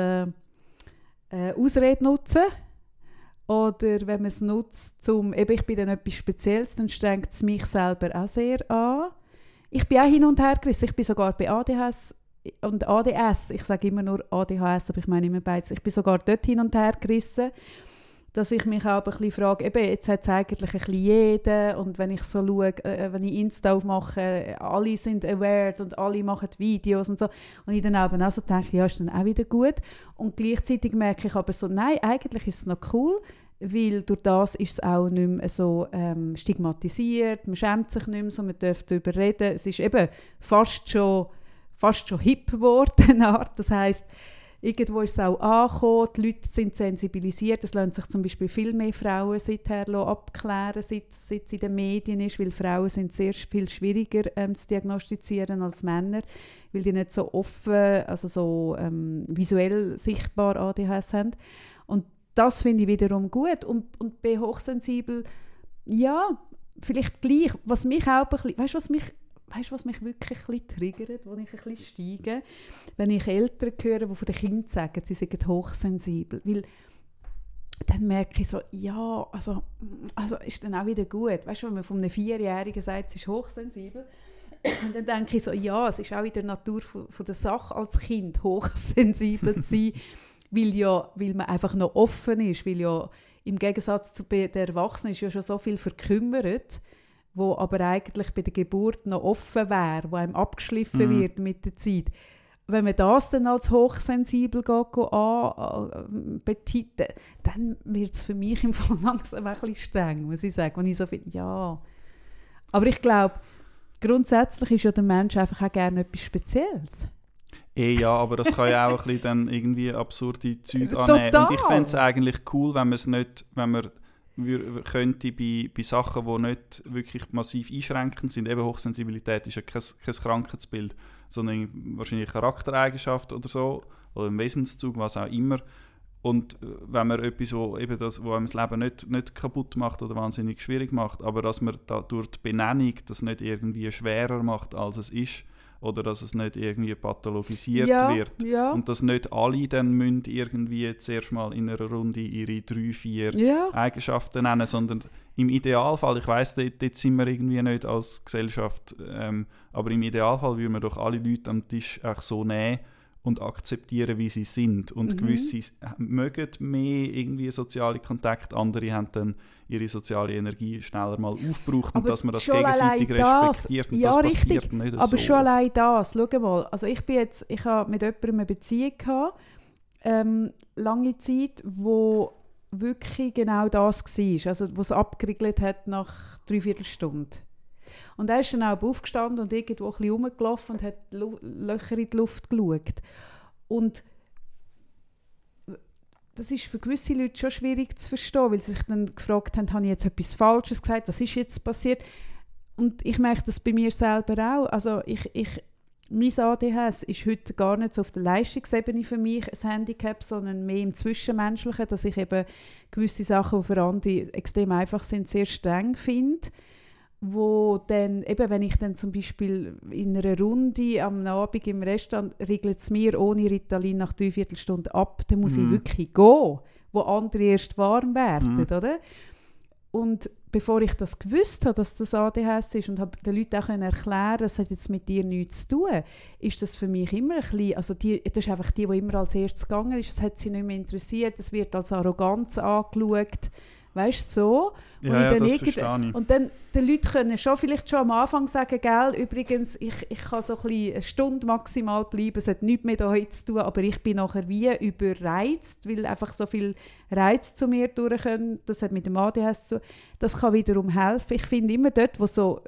Ausrede nutzen oder wenn man es nutzt, ich bin dann etwas Spezielles, dann strengt es mich selber auch sehr an. Ich bin auch hin und her gerissen. Ich bin sogar bei ADHS und ADS, ich sage immer nur ADHS, aber ich meine immer beides. Ich bin sogar dort hin und her gerissen, dass ich mich auch ein bisschen frage, jetzt hat es eigentlich ein bisschen jeder und wenn ich so schaue, wenn ich Insta aufmache, alle sind aware und alle machen Videos und so und ich dann auch so denke, ist dann auch wieder gut und gleichzeitig merke ich aber so, nein, eigentlich ist es noch cool, weil durch das ist es auch nicht mehr so stigmatisiert, man schämt sich nicht mehr so, man darf darüber reden, es ist eben fast schon hip geworden, das heisst, irgendwo ist es auch angekommen, die Leute sind sensibilisiert, es lassen sich zum Beispiel viel mehr Frauen seither abklären, seit es in den Medien ist, weil Frauen sind sehr viel schwieriger zu diagnostizieren als Männer, weil die nicht so offen, also so visuell sichtbar ADHS haben. Und das finde ich wiederum gut. Und bei hochsensibel, ja, vielleicht gleich, was mich auch ein bisschen, weißt du, was mich wirklich ein bisschen triggert, wo ich ein bisschen steige? Wenn ich Eltern höre, die von den Kindern sagen, sie seien hochsensibel. Weil dann merke ich so, also ist dann auch wieder gut. Weißt du, wenn man von einem 4-Jährigen sagt, sie ist hochsensibel, dann denke ich so, es ist auch in der Natur von der Sache als Kind hochsensibel zu sein, weil man einfach noch offen ist, weil ja im Gegensatz zu den Erwachsenen ist ja schon so viel verkümmert, wo aber eigentlich bei der Geburt noch offen wäre, wo einem abgeschliffen wird mit der Zeit. wenn man das dann als hochsensibel betiteln, dann wird es für mich im Fall langsam ein bisschen streng, muss ich sagen. Wenn ich so finde, ja. Aber ich glaube, grundsätzlich ist ja der Mensch einfach auch gerne etwas Spezielles. Ja, aber das kann ja auch ein bisschen dann irgendwie absurde Zeug annehmen. Und ich fände es eigentlich cool, wenn man es nicht, wenn man könnte bei Sachen, die nicht wirklich massiv einschränkend sind, eben Hochsensibilität ist ja kein Krankheitsbild, sondern wahrscheinlich eine Charaktereigenschaft oder so, oder ein Wesenszug, was auch immer. Und wenn man etwas, wo einem das Leben nicht kaputt macht oder wahnsinnig schwierig macht, aber dass man da durch die Benennung das nicht irgendwie schwerer macht, als es ist, oder dass es nicht irgendwie pathologisiert wird. Ja. Und dass nicht alle dann müssen irgendwie zuerst mal in einer Runde ihre 3-4 Eigenschaften nennen, sondern im Idealfall, ich weiss, dort sind wir irgendwie nicht als Gesellschaft, aber im Idealfall würden wir doch alle Leute am Tisch auch so nehmen und akzeptieren, wie sie sind. Und gewisse mögen mehr irgendwie soziale Kontakte, andere haben dann ihre soziale Energie schneller mal aufgebraucht und dass man das gegenseitig respektiert. Und ja, das richtig. Passiert nicht aber so. Schon allein das, schau mal, also ich habe mit jemandem eine Beziehung gehabt, lange Zeit, wo wirklich genau das war, also wo es abgeriegelt hat nach 3/4 Stunde. Und er ist dann auch aufgestanden und irgendwo ein bisschen rumgelaufen und hat Löcher in die Luft geschaut. Und das ist für gewisse Leute schon schwierig zu verstehen, weil sie sich dann gefragt haben, habe ich jetzt etwas Falsches gesagt, was ist jetzt passiert? Und ich merke das bei mir selber auch. Also mein ADHS ist heute gar nicht so auf der Leistungsebene für mich ein Handicap, sondern mehr im Zwischenmenschlichen, dass ich eben gewisse Sachen, die für andere extrem einfach sind, sehr streng finde. Wo dann, eben wenn ich dann zum Beispiel in einer Runde am Abend im Restaurant, regelt es mir ohne Ritalin nach 3/4 Stunden ab, dann muss ich wirklich gehen, wo andere erst warm werden, oder? Und bevor ich das gewusst habe, dass das ADHS ist und habe den Leuten auch erklären, das hat jetzt mit dir nichts zu tun, ist das für mich immer ein bisschen, also das ist einfach die immer als erstes gegangen ist, das hat sie nicht mehr interessiert, das wird als Arroganz angeschaut, weißt du, so. Ja, das verstehe ich. Und dann die Leute können vielleicht schon am Anfang sagen, gell, übrigens, ich kann so eine Stunde maximal bleiben, es hat nichts mehr damit zu tun, aber ich bin nachher wie überreizt, weil einfach so viel Reiz zu mir durch können, das hat mit dem ADHS zu tun. Das kann wiederum helfen. Ich finde immer dort, wo so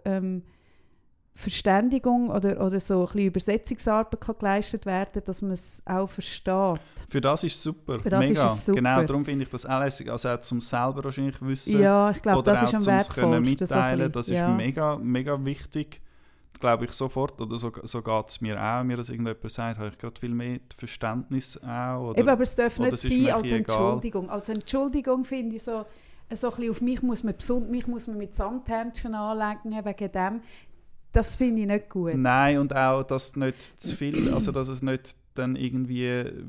Verständigung oder so ein bisschen Übersetzungsarbeit kann geleistet werden, dass man es auch versteht. Für das ist es super. Für das mega. Ist es super. Genau, darum finde ich das auch lässig. Also auch zum selber wahrscheinlich wissen. Ja, ich glaube, das ist am wertvollsten. Mitteilen, das ist mega, mega wichtig. Glaube ich sofort. Oder so geht es mir auch. Mir das irgendjemand sagt, habe ich gerade viel mehr Verständnis auch. Oder, eben, aber es darf nicht sein als Entschuldigung. Egal. Als Entschuldigung finde ich so ein bisschen auf mich muss man mit Samthändchen anlegen wegen dem. Das finde ich nicht gut. Nein, und auch, dass nicht zu viel, also dass es nicht dann irgendwie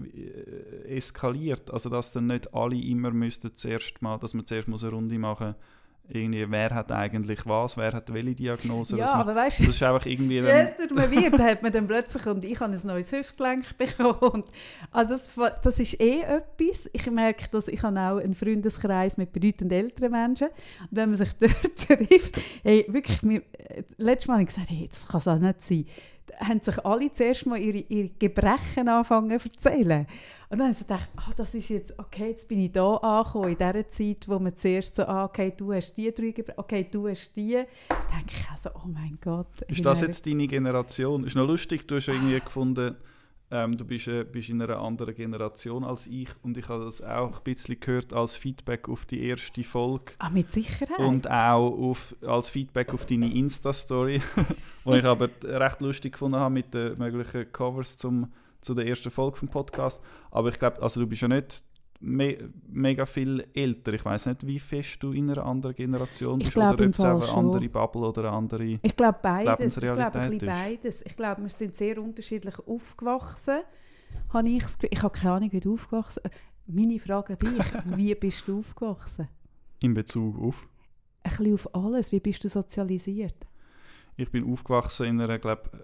eskaliert. Also dass dann nicht alle immer müssten dass man zuerst eine Runde machen muss. Irgendwie, wer hat eigentlich was, wer hat welche Diagnose. Ja, aber weißt du, das ist einfach irgendwie je älter man wird, hat man dann plötzlich, und ich habe ein neues Hüftgelenk bekommen. Also das ist etwas. Ich merke, dass ich habe auch einen Freundeskreis mit bedeutend älteren Menschen. Und wenn man sich dort trifft, hey, wirklich, letztes Mal habe ich gesagt, hey, das kann es auch nicht sein. Haben sich alle zuerst mal ihre Gebrechen anfangen zu erzählen. Und dann habe ich so gedacht, das ist jetzt, okay, jetzt bin ich da angekommen, in dieser Zeit, wo man zuerst so, okay, du hast die 3 Gebrechen, okay, du hast die. Dann denke ich also, oh mein Gott. Ist das jetzt deine Generation? Ist noch lustig, du hast irgendwie gefunden, du bist in einer anderen Generation als ich und ich habe das auch ein bisschen gehört als Feedback auf die erste Folge. Mit Sicherheit. Und auch als Feedback auf deine Insta-Story, die ich aber recht lustig gefunden habe mit den möglichen Covers zu der ersten Folge vom Podcast. Aber ich glaube, also du bist ja nicht mega viel älter. Ich weiss nicht, wie fest du in einer anderen Generation bist oder ob es auch eine andere Bubble oder eine andere Lebensrealität ist. Ich glaube beides. Ich glaube ein bisschen beides. Ich glaube, wir sind sehr unterschiedlich aufgewachsen. Ich habe keine Ahnung, wie du aufgewachsen bist. Meine Frage an dich, wie bist du aufgewachsen? In Bezug auf? Ein bisschen auf alles. Wie bist du sozialisiert? Ich bin aufgewachsen in einer, glaube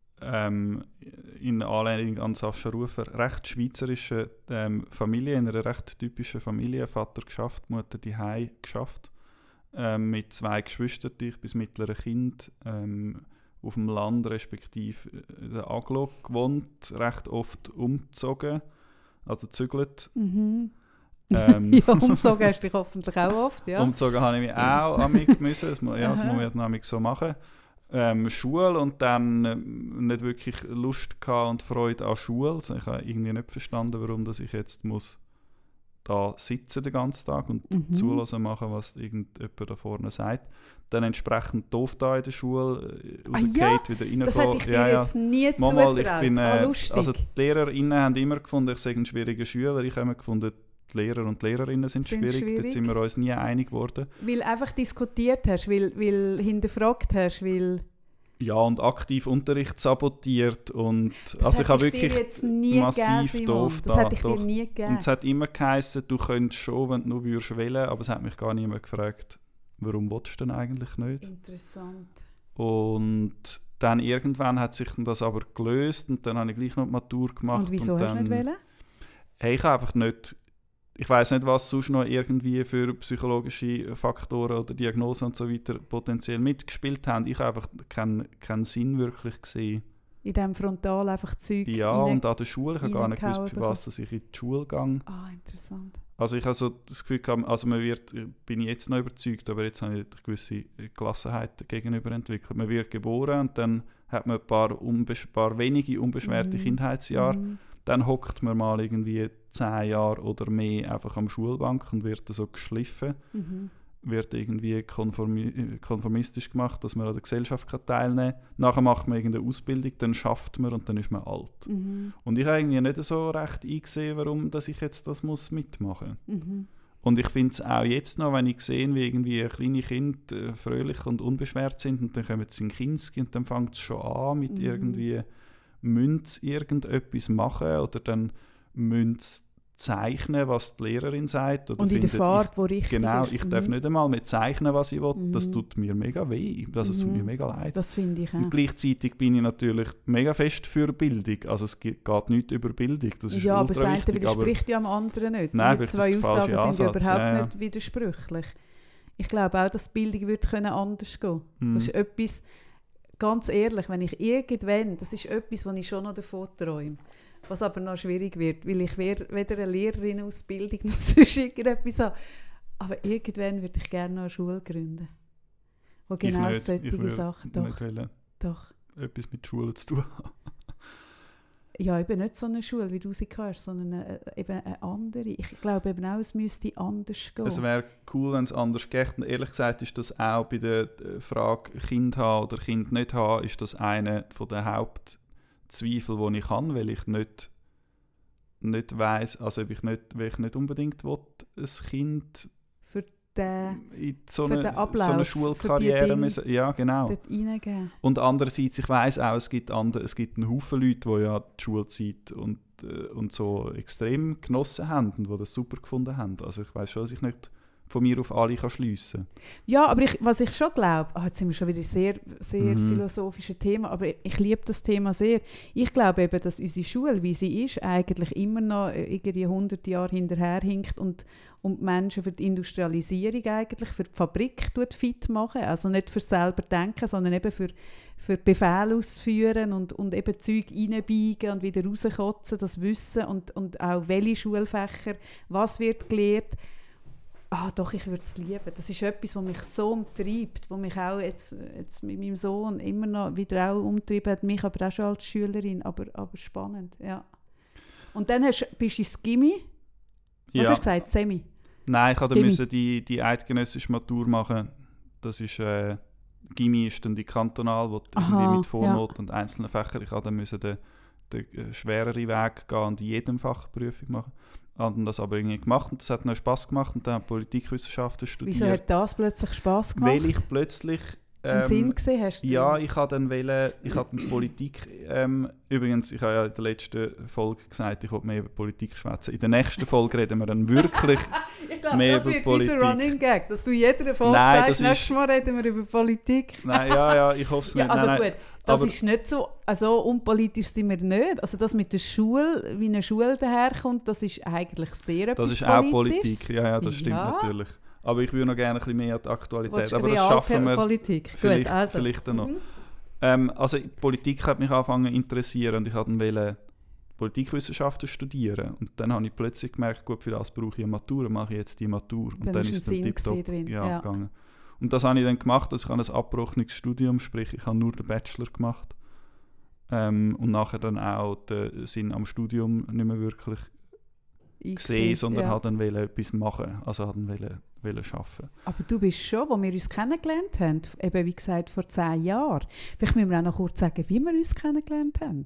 in Anlehnung an Sascha Rufer, recht schweizerische Familie, in einer recht typischen Familie. Vater geschafft, Mutter daheim geschafft. Mit 2 Geschwistern, ich bis mittlere Kind. auf dem Land, respektive in der Aglo gewohnt, recht oft umgezogen, also gezügelt. Ja, umgezogen hast du dich hoffentlich auch oft, ja. Umgezogen habe ich mich auch amig müssen, das muss man amig so machen. Schule und dann nicht wirklich Lust gehabt und Freude an Schule. Also ich habe irgendwie nicht verstanden, warum dass ich jetzt muss da sitzen den ganzen Tag und zuhören machen, was irgendjemand da vorne sagt. Dann entsprechend doof da in der Schule, rausgefallen, wieder reingekommen. Das hätte ich dir jetzt nie zugetraut. Lustig. Also die LehrerInnen haben immer gefunden, ich sei ein schwieriger Schüler. Ich habe immer gefunden, die Lehrer und Lehrerinnen sind schwierig. Dort sind wir uns nie einig geworden. Weil einfach diskutiert hast, weil hinterfragt hast, weil... Ja, und aktiv Unterricht sabotiert. Und, das also ich habe wirklich jetzt nie massiv doof das hätte ich dir nie gegeben. Und es hat immer geheißen, du könntest schon, wenn du nur würdest wählen, aber es hat mich gar niemand gefragt, warum willst du denn eigentlich nicht? Interessant. Und dann irgendwann hat sich das aber gelöst und dann habe ich gleich noch die Matur gemacht. Und wieso hast du nicht wählen? Hey, ich habe einfach nicht... Ich weiss nicht, was sonst noch irgendwie für psychologische Faktoren oder Diagnosen und so weiter potenziell mitgespielt haben. Ich habe einfach keinen Sinn wirklich gesehen. In diesem Frontal einfach Zeug ja, und an der Schule. Ich habe gar nicht gewusst, für was ich in die Schule gehe. Ah, interessant. Also ich habe so das Gefühl gehabt, also bin ich jetzt noch überzeugt, aber jetzt habe ich eine gewisse Gelassenheit gegenüber entwickelt. Man wird geboren und dann hat man ein paar wenige unbeschwerte Kindheitsjahre. Dann hockt man mal irgendwie 10 Jahre oder mehr einfach am Schulbank und wird so geschliffen. Wird irgendwie konformistisch gemacht, dass man an der Gesellschaft teilnehmen kann. Nachher macht man irgendeine Ausbildung, dann schafft man und dann ist man alt. Und ich habe irgendwie nicht so recht eingesehen, warum dass ich jetzt das mitmachen muss. Und ich finde es auch jetzt noch, wenn ich sehe, wie irgendwie kleine Kinder fröhlich und unbeschwert sind und dann kommen sie in Kinski und dann fängt es schon an mit irgendwie müssen sie irgendetwas machen oder dann müssen sie zeichnen, was die Lehrerin sagt. Oder und in der Farbe, wo richtig genau, ist. Ich darf nicht einmal mehr zeichnen, was ich will. Das tut mir mega weh. Das tut mir mega leid. Das finde ich auch. Und gleichzeitig bin ich natürlich mega fest für Bildung. Also es geht nicht über Bildung. Das ist ja, aber das eine wichtig, widerspricht ja am anderen nicht. Nein, die zwei Aussagen sind Ansatz, überhaupt nicht widersprüchlich. Ich glaube auch, dass Bildung würde anders gehen können. Das ist etwas... Ganz ehrlich, wenn ich irgendwann, das ist etwas, was ich schon noch davon träume, was aber noch schwierig wird, weil ich weder eine Lehrerinnenausbildung noch sonst irgendetwas habe. Aber irgendwann würde ich gerne noch eine Schule gründen, wo genau solche Sachen... Doch. Etwas mit Schule zu tun haben. Ja, eben nicht so eine Schule, wie du sie hast, sondern eben eine andere. Ich glaube eben auch, es müsste anders gehen. Es wäre cool, wenn es anders geht. Und ehrlich gesagt ist das auch bei der Frage Kind haben oder Kind nicht haben, ist das einer der Hauptzweifel, die ich habe, weil ich nicht weiss, also ob ich nicht unbedingt will, ein Kind in so eine Schulkarriere müssen. Ja, genau. Dort reingeben. Und andererseits, ich weiss auch, es gibt einen Haufen Leute, die ja die Schulzeit und so extrem genossen haben und die das super gefunden haben. Also ich weiss schon, dass ich nicht von mir auf alle schliessen kann. Ja, aber was ich schon glaube, jetzt sind wir schon wieder sehr, sehr philosophische Thema, aber ich liebe das Thema sehr. Ich glaube eben, dass unsere Schule, wie sie ist, eigentlich immer noch irgendwie 100 Jahre hinterherhinkt und die Menschen für die Industrialisierung eigentlich, für die Fabrik fit machen. Also nicht für selber denken, sondern eben für Befehle ausführen und eben Zeug reinbiegen und wieder rauskotzen, das Wissen und auch welche Schulfächer, was wird gelehrt. Doch, ich würde es lieben. Das ist etwas, was mich so umtreibt, was mich auch jetzt mit meinem Sohn immer noch wieder auch umtrieben hat, mich aber auch schon als Schülerin, aber spannend, ja. Und dann bist du ins Gymi. Was hast du gesagt? Semi? Nein, ich musste die eidgenössische Matur machen. Das ist, Gymi ist dann die Kantonal, wo irgendwie mit Vornoten und einzelnen Fächern. Ich musste dann den schwereren Weg gehen und in jedem Fach Prüfung machen. Ich habe das aber irgendwie gemacht und das hat noch Spass gemacht und dann habe ich Politikwissenschaften studiert. Wieso hat das plötzlich Spass gemacht? Weil ich plötzlich... einen Sinn gesehen hast du? Ja, ich habe dann mit Politik... übrigens, ich habe ja in der letzten Folge gesagt, ich wollte mehr über Politik schwätzen. In der nächsten Folge reden wir dann wirklich ich glaube, mehr das über wird Politik. Unser Running Gag, dass du jeder Folge sagst, nächstes Mal reden wir über Politik. Nein, ja, ich hoffe es nicht. Ja, also nein, gut, das ist nicht so unpolitisch sind wir nicht. Also das mit der Schule, wie eine Schule daherkommt, das ist eigentlich sehr etwas Politisches. Das ist auch Politik, ja, das stimmt natürlich. Aber ich würde noch gerne ein bisschen mehr an die Aktualität. Aber das schaffen wir Politik. vielleicht dann noch. Also Politik hat mich angefangen zu interessieren und ich wollte Politikwissenschaften studieren. Und dann habe ich plötzlich gemerkt, gut, für das brauche ich eine Matur, mache ich jetzt die Matur. Und dann ist es dann tipptopp gegangen. Und das habe ich dann gemacht, also ich habe ein abgebrochenes Studium, sprich ich habe nur den Bachelor gemacht. Und nachher dann auch den Sinn am Studium nicht mehr wirklich gesehen, sondern halt dann etwas machen, also halt dann wollen arbeiten. Aber du bist schon, wo wir uns kennengelernt haben, eben wie gesagt vor 10 Jahren. Vielleicht müssen wir auch noch kurz sagen, wie wir uns kennengelernt haben.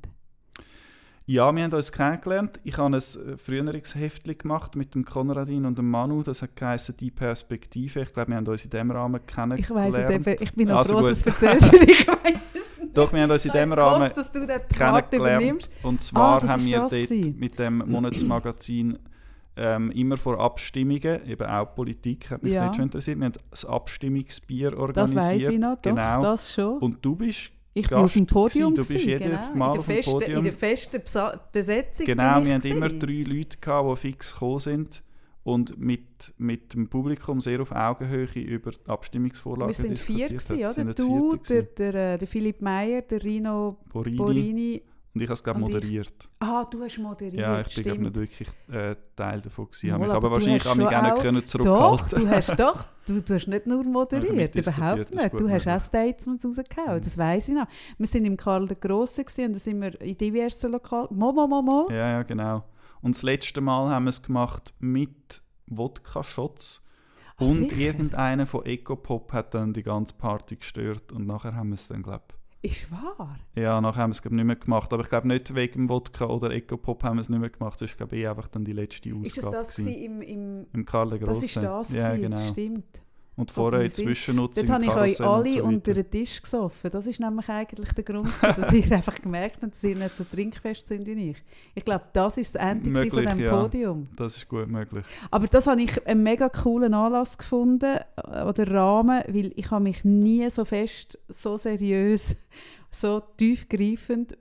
Ja, wir haben uns kennengelernt. Ich habe ein früheres Heftchen gemacht mit dem Konradin und dem Manu. Das hat geheißen «Die Perspektive». Ich glaube, wir haben uns in diesem Rahmen kennengelernt. Ich weiss es eben. Ich bin auch froh, dass du es erzählst, weil ich weiss es nicht. Doch, wir haben uns in diesem Rahmen dass du den Part übernimmst. Und zwar haben wir dort mit dem Monatsmagazin immer vor Abstimmungen, eben auch Politik hat mich nicht schon interessiert, wir haben das Abstimmungsbier organisiert. Das weiss ich noch, genau. Doch, das schon. Und du bist Ich war auf dem Podium. Du bist jedes Mal auf dem Podium. In der festen Besetzung. Genau, wir hatten immer 3 Leute, die fix gekommen sind und mit dem Publikum sehr auf Augenhöhe über die Abstimmungsvorlage diskutiert. Wir sind 4 gewesen, oder? Du, der Philipp Meyer, der Rino Borini. Und ich habe es, glaube ich, moderiert. Du hast moderiert, ja, ich bin, glaube nicht wirklich Teil davon gewesen. Habe mich aber wahrscheinlich auch nicht können zurückhalten. Du hast nicht nur moderiert, überhaupt nicht. Du hast auch Statements rausgehauen, das weiss ich noch. Wir waren im Karl der Grosse und dann sind wir in diversen Lokalen. Ja, genau. Und das letzte Mal haben wir es gemacht mit Wodka-Shots. Und irgendeiner von Ecopop hat dann die ganze Party gestört. Und nachher haben wir es dann, glaube ich... Ist wahr? Ja, nachher haben wir es nicht mehr gemacht. Aber ich glaube nicht wegen dem Wodka oder Ecopop haben wir es nicht mehr gemacht. Das war, glaube ich, einfach dann die letzte Ausgabe. Ist es das im Karl der Grosse? Das war das, ja, genau. Stimmt. Und vorher in Zwischennutzung. Dort habe ich euch alle unter den Tisch gesoffen. Das ist nämlich eigentlich der Grund, dass ihr einfach gemerkt habt, dass ihr nicht so trinkfest sind wie ich. Ich glaube, das ist das Ende von diesem Podium. Das ist gut möglich. Aber das habe ich einen mega coolen Anlass gefunden, oder Rahmen, weil ich habe mich nie so fest, so seriös, so tiefgreifend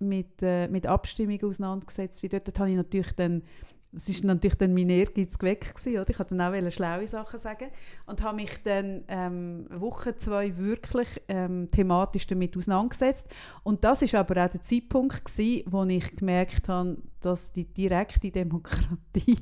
mit Abstimmungen auseinandergesetzt wie dort. Dort habe ich natürlich dann... Das war natürlich dann mein Ehrgeiz weg gewesen, oder? Ich wollte dann auch schlaue Sachen sagen und habe mich dann Woche 2 wirklich thematisch damit auseinandergesetzt. Und das war aber auch der Zeitpunkt gewesen, wo ich gemerkt habe, dass die direkte Demokratie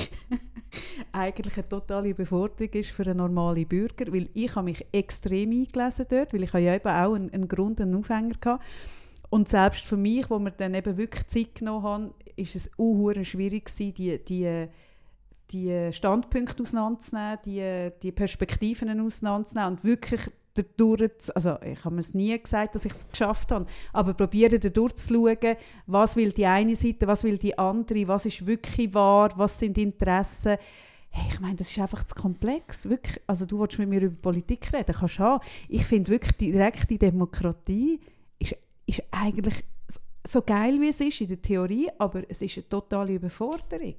eigentlich eine totale Überforderung ist für einen normalen Bürger, weil ich habe mich extrem eingelesen dort, weil ich ja eben auch einen Grund, einen Aufhänger hatte. Und selbst für mich, wo wir dann eben wirklich Zeit genommen haben, ist es schwierig gewesen, die Standpunkte auseinanderzunehmen, die Perspektiven auseinanderzunehmen und wirklich dadurch, also ich habe mir es nie gesagt, dass ich es geschafft habe, aber probieren dadurch zu schauen, was will die eine Seite, was will die andere, was ist wirklich wahr, was sind Interessen. Hey, ich meine, das ist einfach zu komplex. Wirklich, also du willst mit mir über Politik reden, kannst du haben. Ich finde wirklich, die direkte Demokratie ist eigentlich so geil, wie es ist in der Theorie, aber es ist eine totale Überforderung.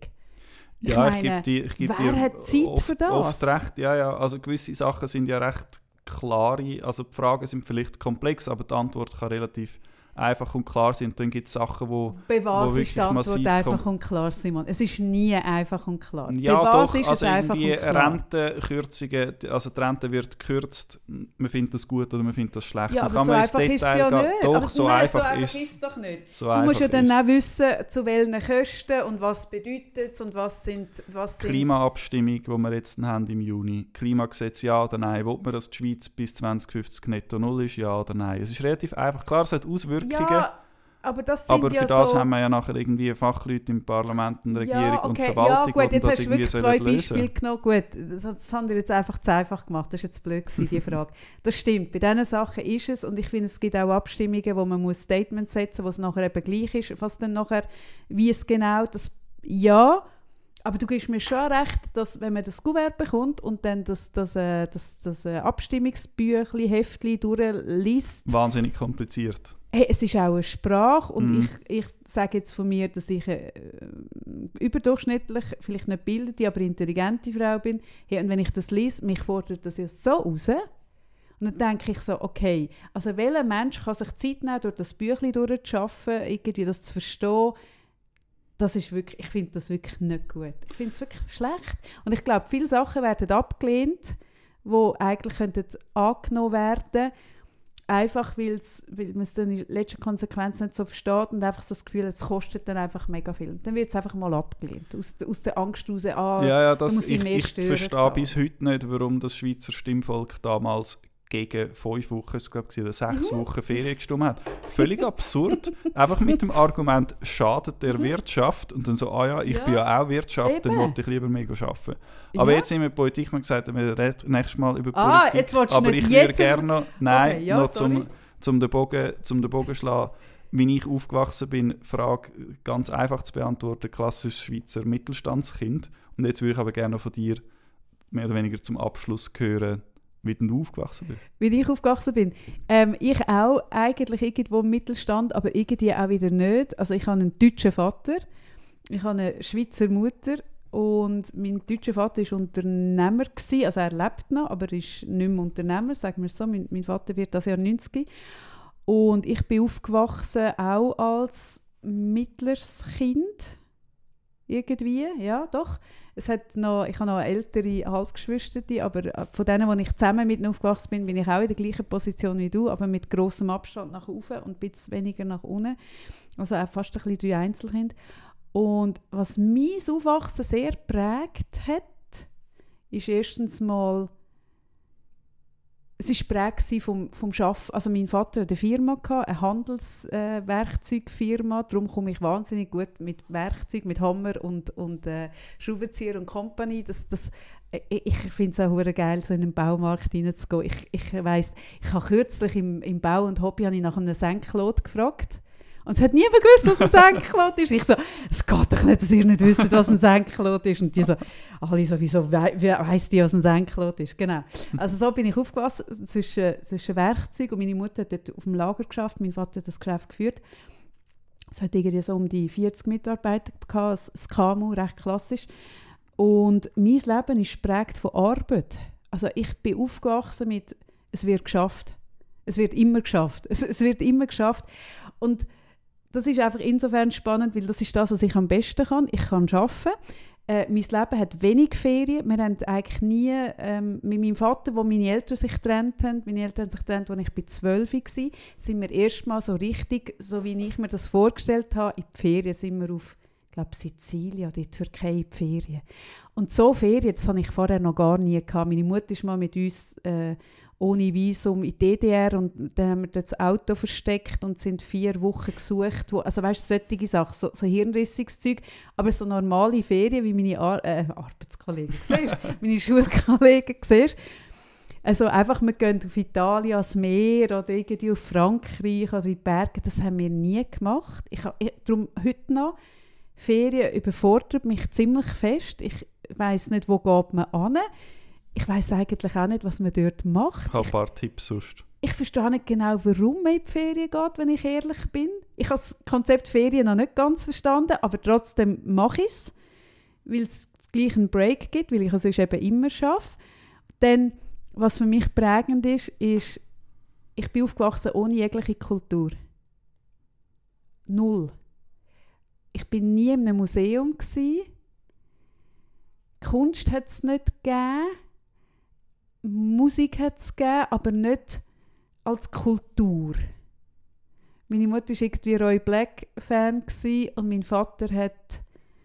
Ich gebe wer dir hat Zeit für das? Oft recht, ja. Also gewisse Sachen sind ja recht klare, also die Fragen sind vielleicht komplex, aber die Antwort kann relativ einfach und klar sein. Und dann gibt es Sachen, wo wirklich die Antwort einfach und klar, Simon? Es ist nie einfach und klar. Ja, doch, ist also irgendwie Rentenkürzungen, also die Rente wird gekürzt, man findet das gut oder man findet das schlecht. Ja, aber so einfach ist es ja nicht. Doch, so einfach ist es doch nicht. So du musst ja dann auch wissen, zu welchen Kosten und was bedeutet es und was sind... Klimaabstimmung, die wir jetzt haben im Juni. Klimagesetz, ja oder nein. Will man, dass die Schweiz bis 2050 netto null ist, ja oder nein? Es ist relativ einfach. Klar, es hat Auswirkungen. Ja, aber das sind aber für das haben wir ja nachher irgendwie Fachleute im Parlament und Regierung und Verwaltung, ja, gut, jetzt hast du wirklich 2 Beispiele genommen. Gut, das haben wir jetzt einfach zu einfach gemacht. Das ist jetzt blöd gewesen, die Frage. Das stimmt, bei diesen Sachen ist es und ich finde, es gibt auch Abstimmungen, wo man muss Statements setzen muss, wo es nachher eben gleich ist, was dann nachher, wie es genau, das, ja, aber du gibst mir schon recht, dass wenn man das Kuvert bekommt und dann das Abstimmungsbüchlein, Heftchen durchliest. Wahnsinnig kompliziert. Hey, es ist auch eine Sprache und ich sage jetzt von mir, dass ich überdurchschnittlich, vielleicht nicht bildete, aber intelligente Frau bin. Hey, und wenn ich das lese, mich fordert das ja so raus. Und dann denke ich so, okay, also welcher Mensch kann sich Zeit nehmen, durch das Büchlein durchzuarbeiten, irgendwie das zu verstehen. Das ist wirklich, ich finde das wirklich nicht gut. Ich finde es wirklich schlecht. Und ich glaube, viele Sachen werden abgelehnt, die eigentlich angenommen werden. einfach, weil man es dann in letzter Konsequenz nicht so versteht und einfach so das Gefühl, es kostet dann einfach mega viel. Dann wird es einfach mal abgelehnt. Aus der Angst heraus, muss ich mehr stören. Ich verstehe bis heute nicht, warum das Schweizer Stimmvolk damals gegen 5 Wochen, oder 6 Wochen Ferien gestimmt hat. Völlig absurd. Einfach mit dem Argument, schadet der Wirtschaft. Und dann so, ich bin ja auch Wirtschaft, dann wollte ich lieber mehr arbeiten. Aber jetzt sind wir Politik, man gesagt, wir reden nächstes Mal über Politik. Jetzt willst du aber nicht ich würde gerne noch, zum den Bogen schlagen, wie ich aufgewachsen bin, Frage ganz einfach zu beantworten, klassisches Schweizer Mittelstandskind. Und jetzt würde ich aber gerne von dir mehr oder weniger zum Abschluss hören, wie du aufgewachsen bist. Wie ich aufgewachsen bin? Ich auch, eigentlich irgendwo im Mittelstand, aber irgendwie auch wieder nicht. Also ich habe einen deutschen Vater, ich habe eine Schweizer Mutter und mein deutscher Vater war Unternehmer gewesen. Also er lebt noch, aber er ist nicht mehr Unternehmer, sagen wir es so. Mein Vater wird das Jahr 90. Und ich bin aufgewachsen auch als mittleres Kind. Irgendwie, ja, doch. Ich habe noch ältere Halbgeschwister, aber von denen, wo ich zusammen mit ihnen aufgewachsen bin, bin ich auch in der gleichen Position wie du, aber mit grossem Abstand nach oben und ein bisschen weniger nach unten. Also auch fast ein bisschen 3 Einzelkinder. Und was mein Aufwachsen sehr geprägt hat, ist erstens mal, es war geprägt vom Arbeiten. Also mein Vater hatte eine Firma, eine Handelswerkzeugfirma. Darum komme ich wahnsinnig gut mit Werkzeug, mit Hammer und Schraubenzieher und Company. Ich finde es auch geil, so in einen Baumarkt reinzugehen. Ich weiss, ich habe kürzlich im Bau und Hobby habe ich nach einem Senklot gefragt. Und es hat niemand gewusst, was ein Senklot ist. Ich so, es geht doch nicht, dass ihr nicht wisst, was ein Senklot ist. Und die so, alle so, wieso weiss die, was ein Senklot ist? Genau. Also so bin ich aufgewachsen zwischen Werkzeug. Und meine Mutter hat dort auf dem Lager gearbeitet, mein Vater hat das Geschäft geführt. Es hat irgendwie so um die 40 Mitarbeiter gehabt, das KMU, recht klassisch. Und mein Leben ist geprägt von Arbeit. Also ich bin aufgewachsen mit, es wird geschafft. Es wird immer geschafft. Es wird immer geschafft. Und das ist einfach insofern spannend, weil das ist das, was ich am besten kann. Ich kann arbeiten. Mein Leben hat wenig Ferien. Wir haben eigentlich nie, mit meinem Vater, wo meine Eltern sich getrennt haben, als ich 12 war, sind wir erstmal so richtig, so wie ich mir das vorgestellt habe, in die Ferien sind wir auf, ich glaube, Sizilien oder in die Türkei in die Ferien. Und so Ferien, das habe ich vorher noch gar nie gehabt. Meine Mutter ist mal mit uns ohne Visum in die DDR und dann haben wir dort das Auto versteckt und sind 4 Wochen gesucht. Also weißt du, solche Sachen, so hirnrissiges Zeug, aber so normale Ferien, wie meine Arbeitskollegen siehst, meine Schulkollegen siehst. Also einfach, wir gehen auf Italien ans Meer oder irgendwie auf Frankreich oder in die Berge, das haben wir nie gemacht. Darum heute noch, Ferien überfordert mich ziemlich fest. Ich weiss nicht, wo geht man hin. Ich weiss eigentlich auch nicht, was man dort macht. Ich habe ein paar Tipps sonst. Ich verstehe nicht genau, warum man in die Ferien geht, wenn ich ehrlich bin. Ich habe das Konzept Ferien noch nicht ganz verstanden, aber trotzdem mache ich es, weil es gleich einen Break gibt, weil ich es sonst eben immer arbeite. Dann, was für mich prägend ist, ich bin aufgewachsen ohne jegliche Kultur. 0. Ich war nie in einem Museum. Kunst hat es nicht gegeben. Musik hat es gegeben, aber nicht als Kultur. Meine Mutter war irgendwie Roy Black-Fan und mein Vater hat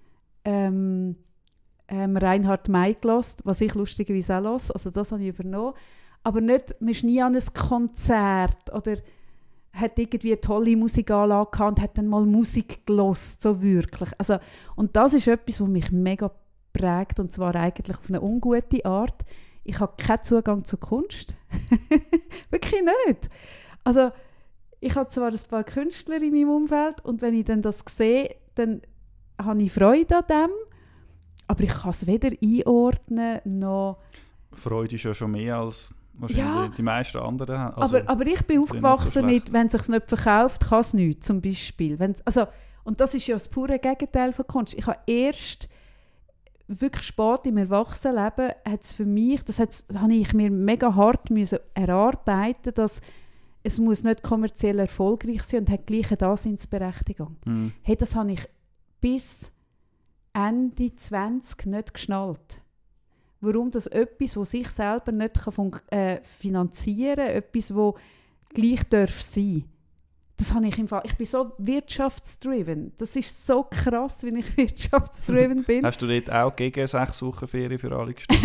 Reinhard May gehört, was ich lustigerweise auch höre. Also das habe ich übernommen. Aber nicht, man ist nie an ein Konzert oder hat irgendwie eine tolle Musikanlage gehabt und hat dann mal Musik gehört, so wirklich. Also, und das ist etwas, was mich mega prägt, und zwar eigentlich auf eine ungute Art. Ich habe keinen Zugang zur Kunst. Wirklich nicht. Also, ich habe zwar ein paar Künstler in meinem Umfeld und wenn ich dann das sehe, dann habe ich Freude an dem, aber ich kann es weder einordnen noch... Freude ist ja schon mehr als wahrscheinlich die meisten anderen haben. Also, aber ich bin aufgewachsen mit, wenn es sich nicht verkauft, kann es nichts, zum Beispiel. Und das ist ja das pure Gegenteil von Kunst. Ich habe erst wirklich spät im Erwachsenenleben, hat's für mich, habe ich mir mega hart müssen erarbeiten, dass es muss nicht kommerziell erfolgreich sein und hat gleich eine Daseinsberechtigung. Hey, das habe ich bis Ende 20 nicht geschnallt. Warum das etwas, das sich selber nicht finanzieren kann, etwas, wo gleich darf sein. Das habe ich im Fall. Ich bin so wirtschaftsdriven. Das ist so krass, wenn ich wirtschaftsdriven bin. Hast du dort auch gegen 6 Wochen Ferien für alle gestimmt?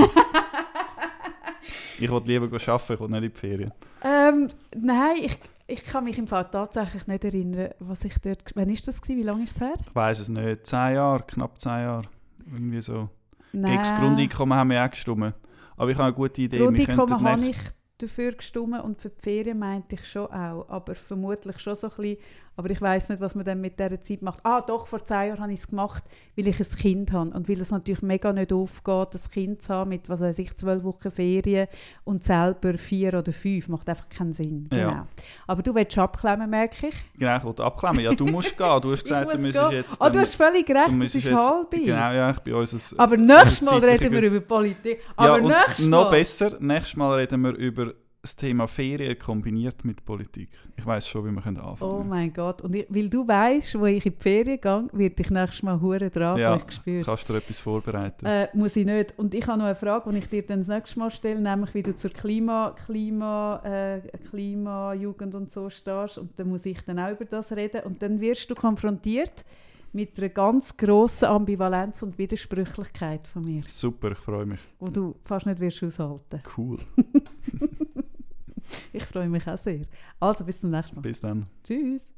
Ich wollte lieber arbeiten, ich will nicht in die Ferien. Nein, ich kann mich im Fall tatsächlich nicht erinnern, was ich dort... Wann war das? Wie lange ist es her? Ich weiss es nicht. 10 Jahre, knapp 10 Jahre. Irgendwie so. Nein. Gegen das Grundeinkommen haben wir auch gestimmt. Aber ich habe eine gute Idee. Grundeinkommen habe ich dafür gestimmt und für die Ferien meinte ich schon auch. Aber vermutlich schon so ein bisschen... Aber ich weiss nicht, was man dann mit dieser Zeit macht. Doch, vor 10 Jahren habe ich es gemacht, weil ich ein Kind habe. Und weil es natürlich mega nicht aufgeht, ein Kind zu haben mit, 12 Wochen Ferien und selber 4 oder 5. Macht einfach keinen Sinn. Genau. Ja. Aber du willst abklemmen, merke ich. Genau, ich wollte abklemmen. Ja, du musst gehen. Du hast gesagt, du müsstest jetzt... du hast völlig recht, es ist halb. Genau, ja, ich bin unser... Aber nächstes Mal reden wir über Politik. Aber noch besser, nächstes Mal reden wir über das Thema Ferien kombiniert mit Politik. Ich weiss schon, wie wir anfangen können. Oh mein Gott. Und weil du weißt, wo ich in die Ferien gehe, wird ich nächstes Mal hure dran, ja, weil ich spür's. Kannst du dir etwas vorbereiten? Muss ich nicht. Und ich habe noch eine Frage, die ich dir dann das nächste Mal stelle, nämlich wie du zur Klimajugend und so stehst. Und dann muss ich dann auch über das reden. Und dann wirst du konfrontiert mit einer ganz grossen Ambivalenz und Widersprüchlichkeit von mir. Super, ich freue mich. Wo du fast nicht wirst aushalten. Cool. Ich freue mich auch sehr. Also, bis zum nächsten Mal. Bis dann. Tschüss.